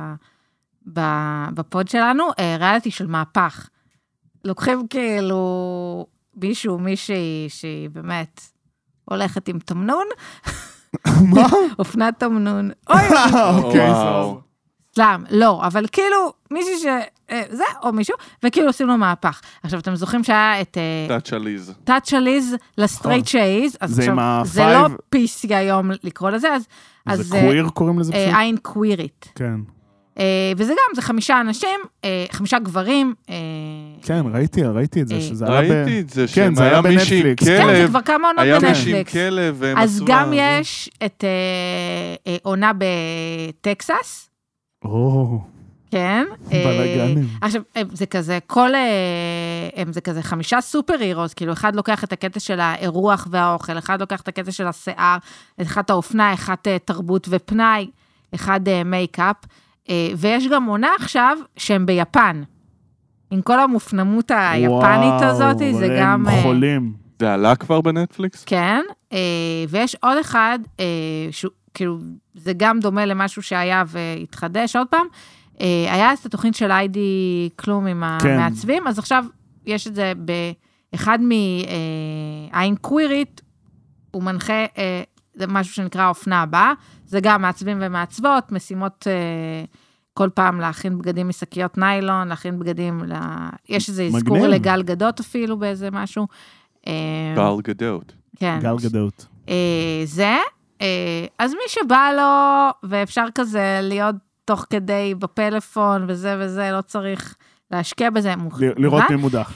בפוד שלנו, ריאליטי של מהפך. לוקחים כאילו מישהי שהיא באמת הולכת עם תמנון. מה? אופנת תמנון. אוקיי, סלם, לא, אבל כאילו מישהי זה, או מישהו, וכאילו עושים לו מהפך. עכשיו, אתם זוכרים שהיה את... טאצ' אליז לסטרייט שייז, אז עכשיו, זה לא PC היום לקרוא לזה, אז... זה קוויר קוראים לזה פשוט? עין קווירית. כן. וזה גם, זה 5 אנשים, 5 גברים. כן, ראיתי את זה, שזה היה ראיתי את זה, שהיה מישהי עם כלב. כן, זה כבר כמה עונות בנטפליקס. היה מישהי עם כלב, אז גם יש את עונה בטקסס. כן. בלגנים. עכשיו, זה כזה, זה כזה 5 סופר הירוס, כאילו, אחד לוקח את הקטע של האירוח והאוכל, אחד לוקח את הקטע של השיער, אחד האופנה, אחד תרבות ופנאי, אחד מייקאפ, ויש גם עונה עכשיו שהם ביפן. עם כל המופנמות היפנית הזאת, זה גם... וואו, הם חולים. זה עלה כבר בנטפליקס? כן, ויש עוד אחד, כאילו, זה גם דומה למשהו שהיה והתחדש עוד פעם, היה את התוכנית של איידי קלום עם המעצבים, אז עכשיו יש את זה באחד מעין קווירית, הוא מנחה, זה משהו שנקרא אופנה הבאה, זה גם מעצבים ומעצבות, משימות כל פעם להכין בגדים משקיות ניילון, להכין בגדים, יש איזה אזכור לגל גדות אפילו באיזה משהו. גל גדות. כן. גל גדות. זה, אז מי שבא לו, ואפשר כזה להיות תוך כדי בפלאפון וזה, לא צריך להשקיע בזה. לראות מי מודח.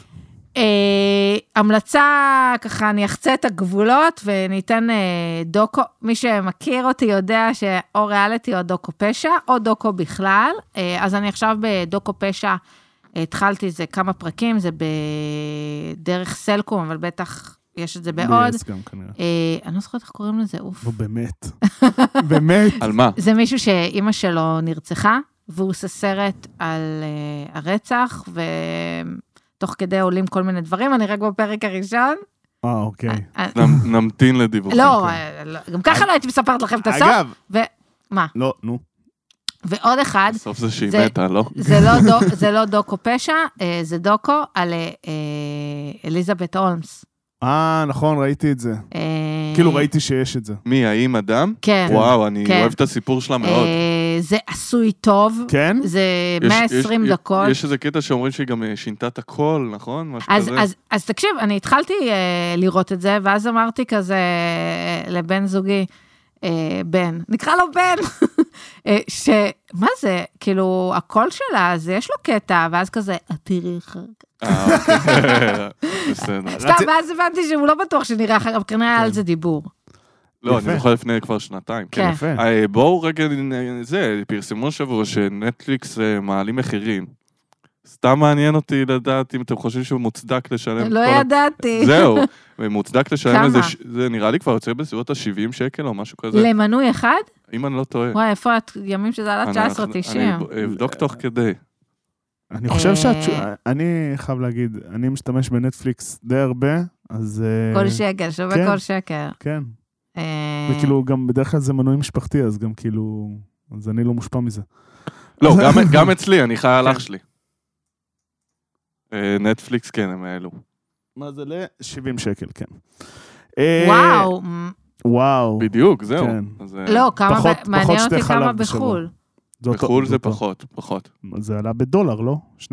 המלצה, ככה אני אחצה את הגבולות, וניתן דוקו, מי שמכיר אותי יודע שאו ריאליטי או דוקו פשע, או דוקו בכלל, אז אני עכשיו בדוקו פשע, התחלתי זה כמה פרקים, זה בדרך סלקום, אבל בטח יש את זה בעוד. אני לא זוכרת איך קוראים לזה, אוף. באמת. באמת. על מה? זה מישהו שאימא שלו נרצחה, והוא עושה סרט על הרצח, תוך כדי עולים כל מיני דברים, אני רק בפרק הראשון. אוקיי. נמתין לדיווחים. לא, גם ככה לא הייתי מספרת לכם את הסוף. אגב. מה? לא, נו. ועוד אחד. בסוף זה שהיא מתה, לא? זה לא דוקו פשע, זה דוקו על אליזבת הולמס. נכון, ראיתי את זה. כאילו ראיתי שיש את זה. מי, האם אדם? כן. וואו, אני אוהב את הסיפור שלה מאוד. זה עשוי טוב. כן? זה 120 דקות. יש איזה קטע שאומרים שהיא גם שינתה את הכל, נכון? משהו כזה. אז תקשיב, אני התחלתי לראות את זה, ואז אמרתי כזה לבן זוגי, בן, נקרא לו בן, מה זה, כאילו, הקול שלה, אז יש לו קטע, ואז כזה, תראי אחר כך. בסדר. סתם, ואז הבנתי שהוא לא בטוח שנראה אחר כך, כנראה היה על זה דיבור. לא, אני זוכר לפני כבר שנתיים. כן. בואו רגע, פרסמו שבוע שנטפליקס מעלים מחירים. סתם מעניין אותי לדעת אם אתם חושבים שהוא מוצדק לשלם. לא ידעתי. זהו, ומוצדק לשלם איזה, כמה? זה נראה לי כבר יוצא בסביבות ה-70 שקל או משהו כזה. למנוי אחד? אם אני לא טועה. וואי, איפה ימים שזה עלה 19.90? אני אבדוק תוך כדי. אני חושב אני חייב להגיד, אני משתמש בנטפליקס די הרבה, אז... כל שקל, שווה כל שקל. כן. וכאילו, גם בדרך כלל זה מנוי משפחתי, אז גם כאילו, אז אני לא מושפע מזה. לא, גם אצלי, אני חי על אח שלי. נטפליקס, כן, הם העלו. מה זה ל-70 שקל, כן. וואו. וואו. בדיוק, זהו. לא, מעניין אותי כמה בחול. בחול זה פחות. זה עלה בדולר, לא? $2.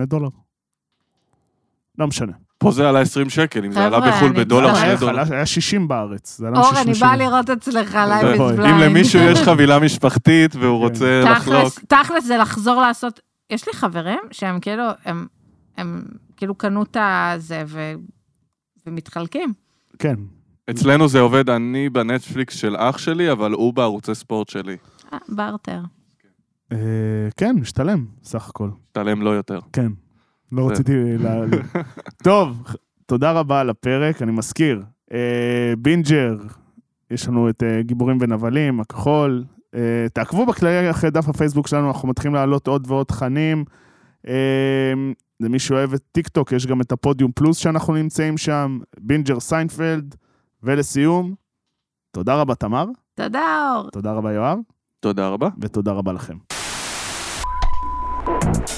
לא משנה. פה זה עלה 20 שקל, אם זה עלה בחול בדולר, $2. היה 60 בארץ. אור, אני באה לראות אצלך לייב איז בליינד. אם למישהו יש חבילה משפחתית והוא רוצה לחלוק. תכלס זה לחזור לעשות, יש לי חברים שהם כאילו, הם כאילו קנו את זה ומתחלקים. כן. אצלנו זה עובד, אני בנטפליקס של אח שלי, אבל הוא בערוצי ספורט שלי. בארטר. כן, משתלם, סך הכל. משתלם לא יותר. כן. לא רציתי טוב, תודה רבה על הפרק, אני מזכיר. בינג'ר, יש לנו את גיבורים ונבלים, הכחול. תעקבו בכללי אחרי דף הפייסבוק שלנו, אנחנו מתחילים לעלות עוד ועוד תכנים. למי שאוהב את טיק טוק, יש גם את הפודיום פלוס שאנחנו נמצאים שם, בינג'ר סיינפלד, ולסיום, תודה רבה תמר. תודה אור. תודה רבה יואב. תודה רבה. ותודה רבה לכם.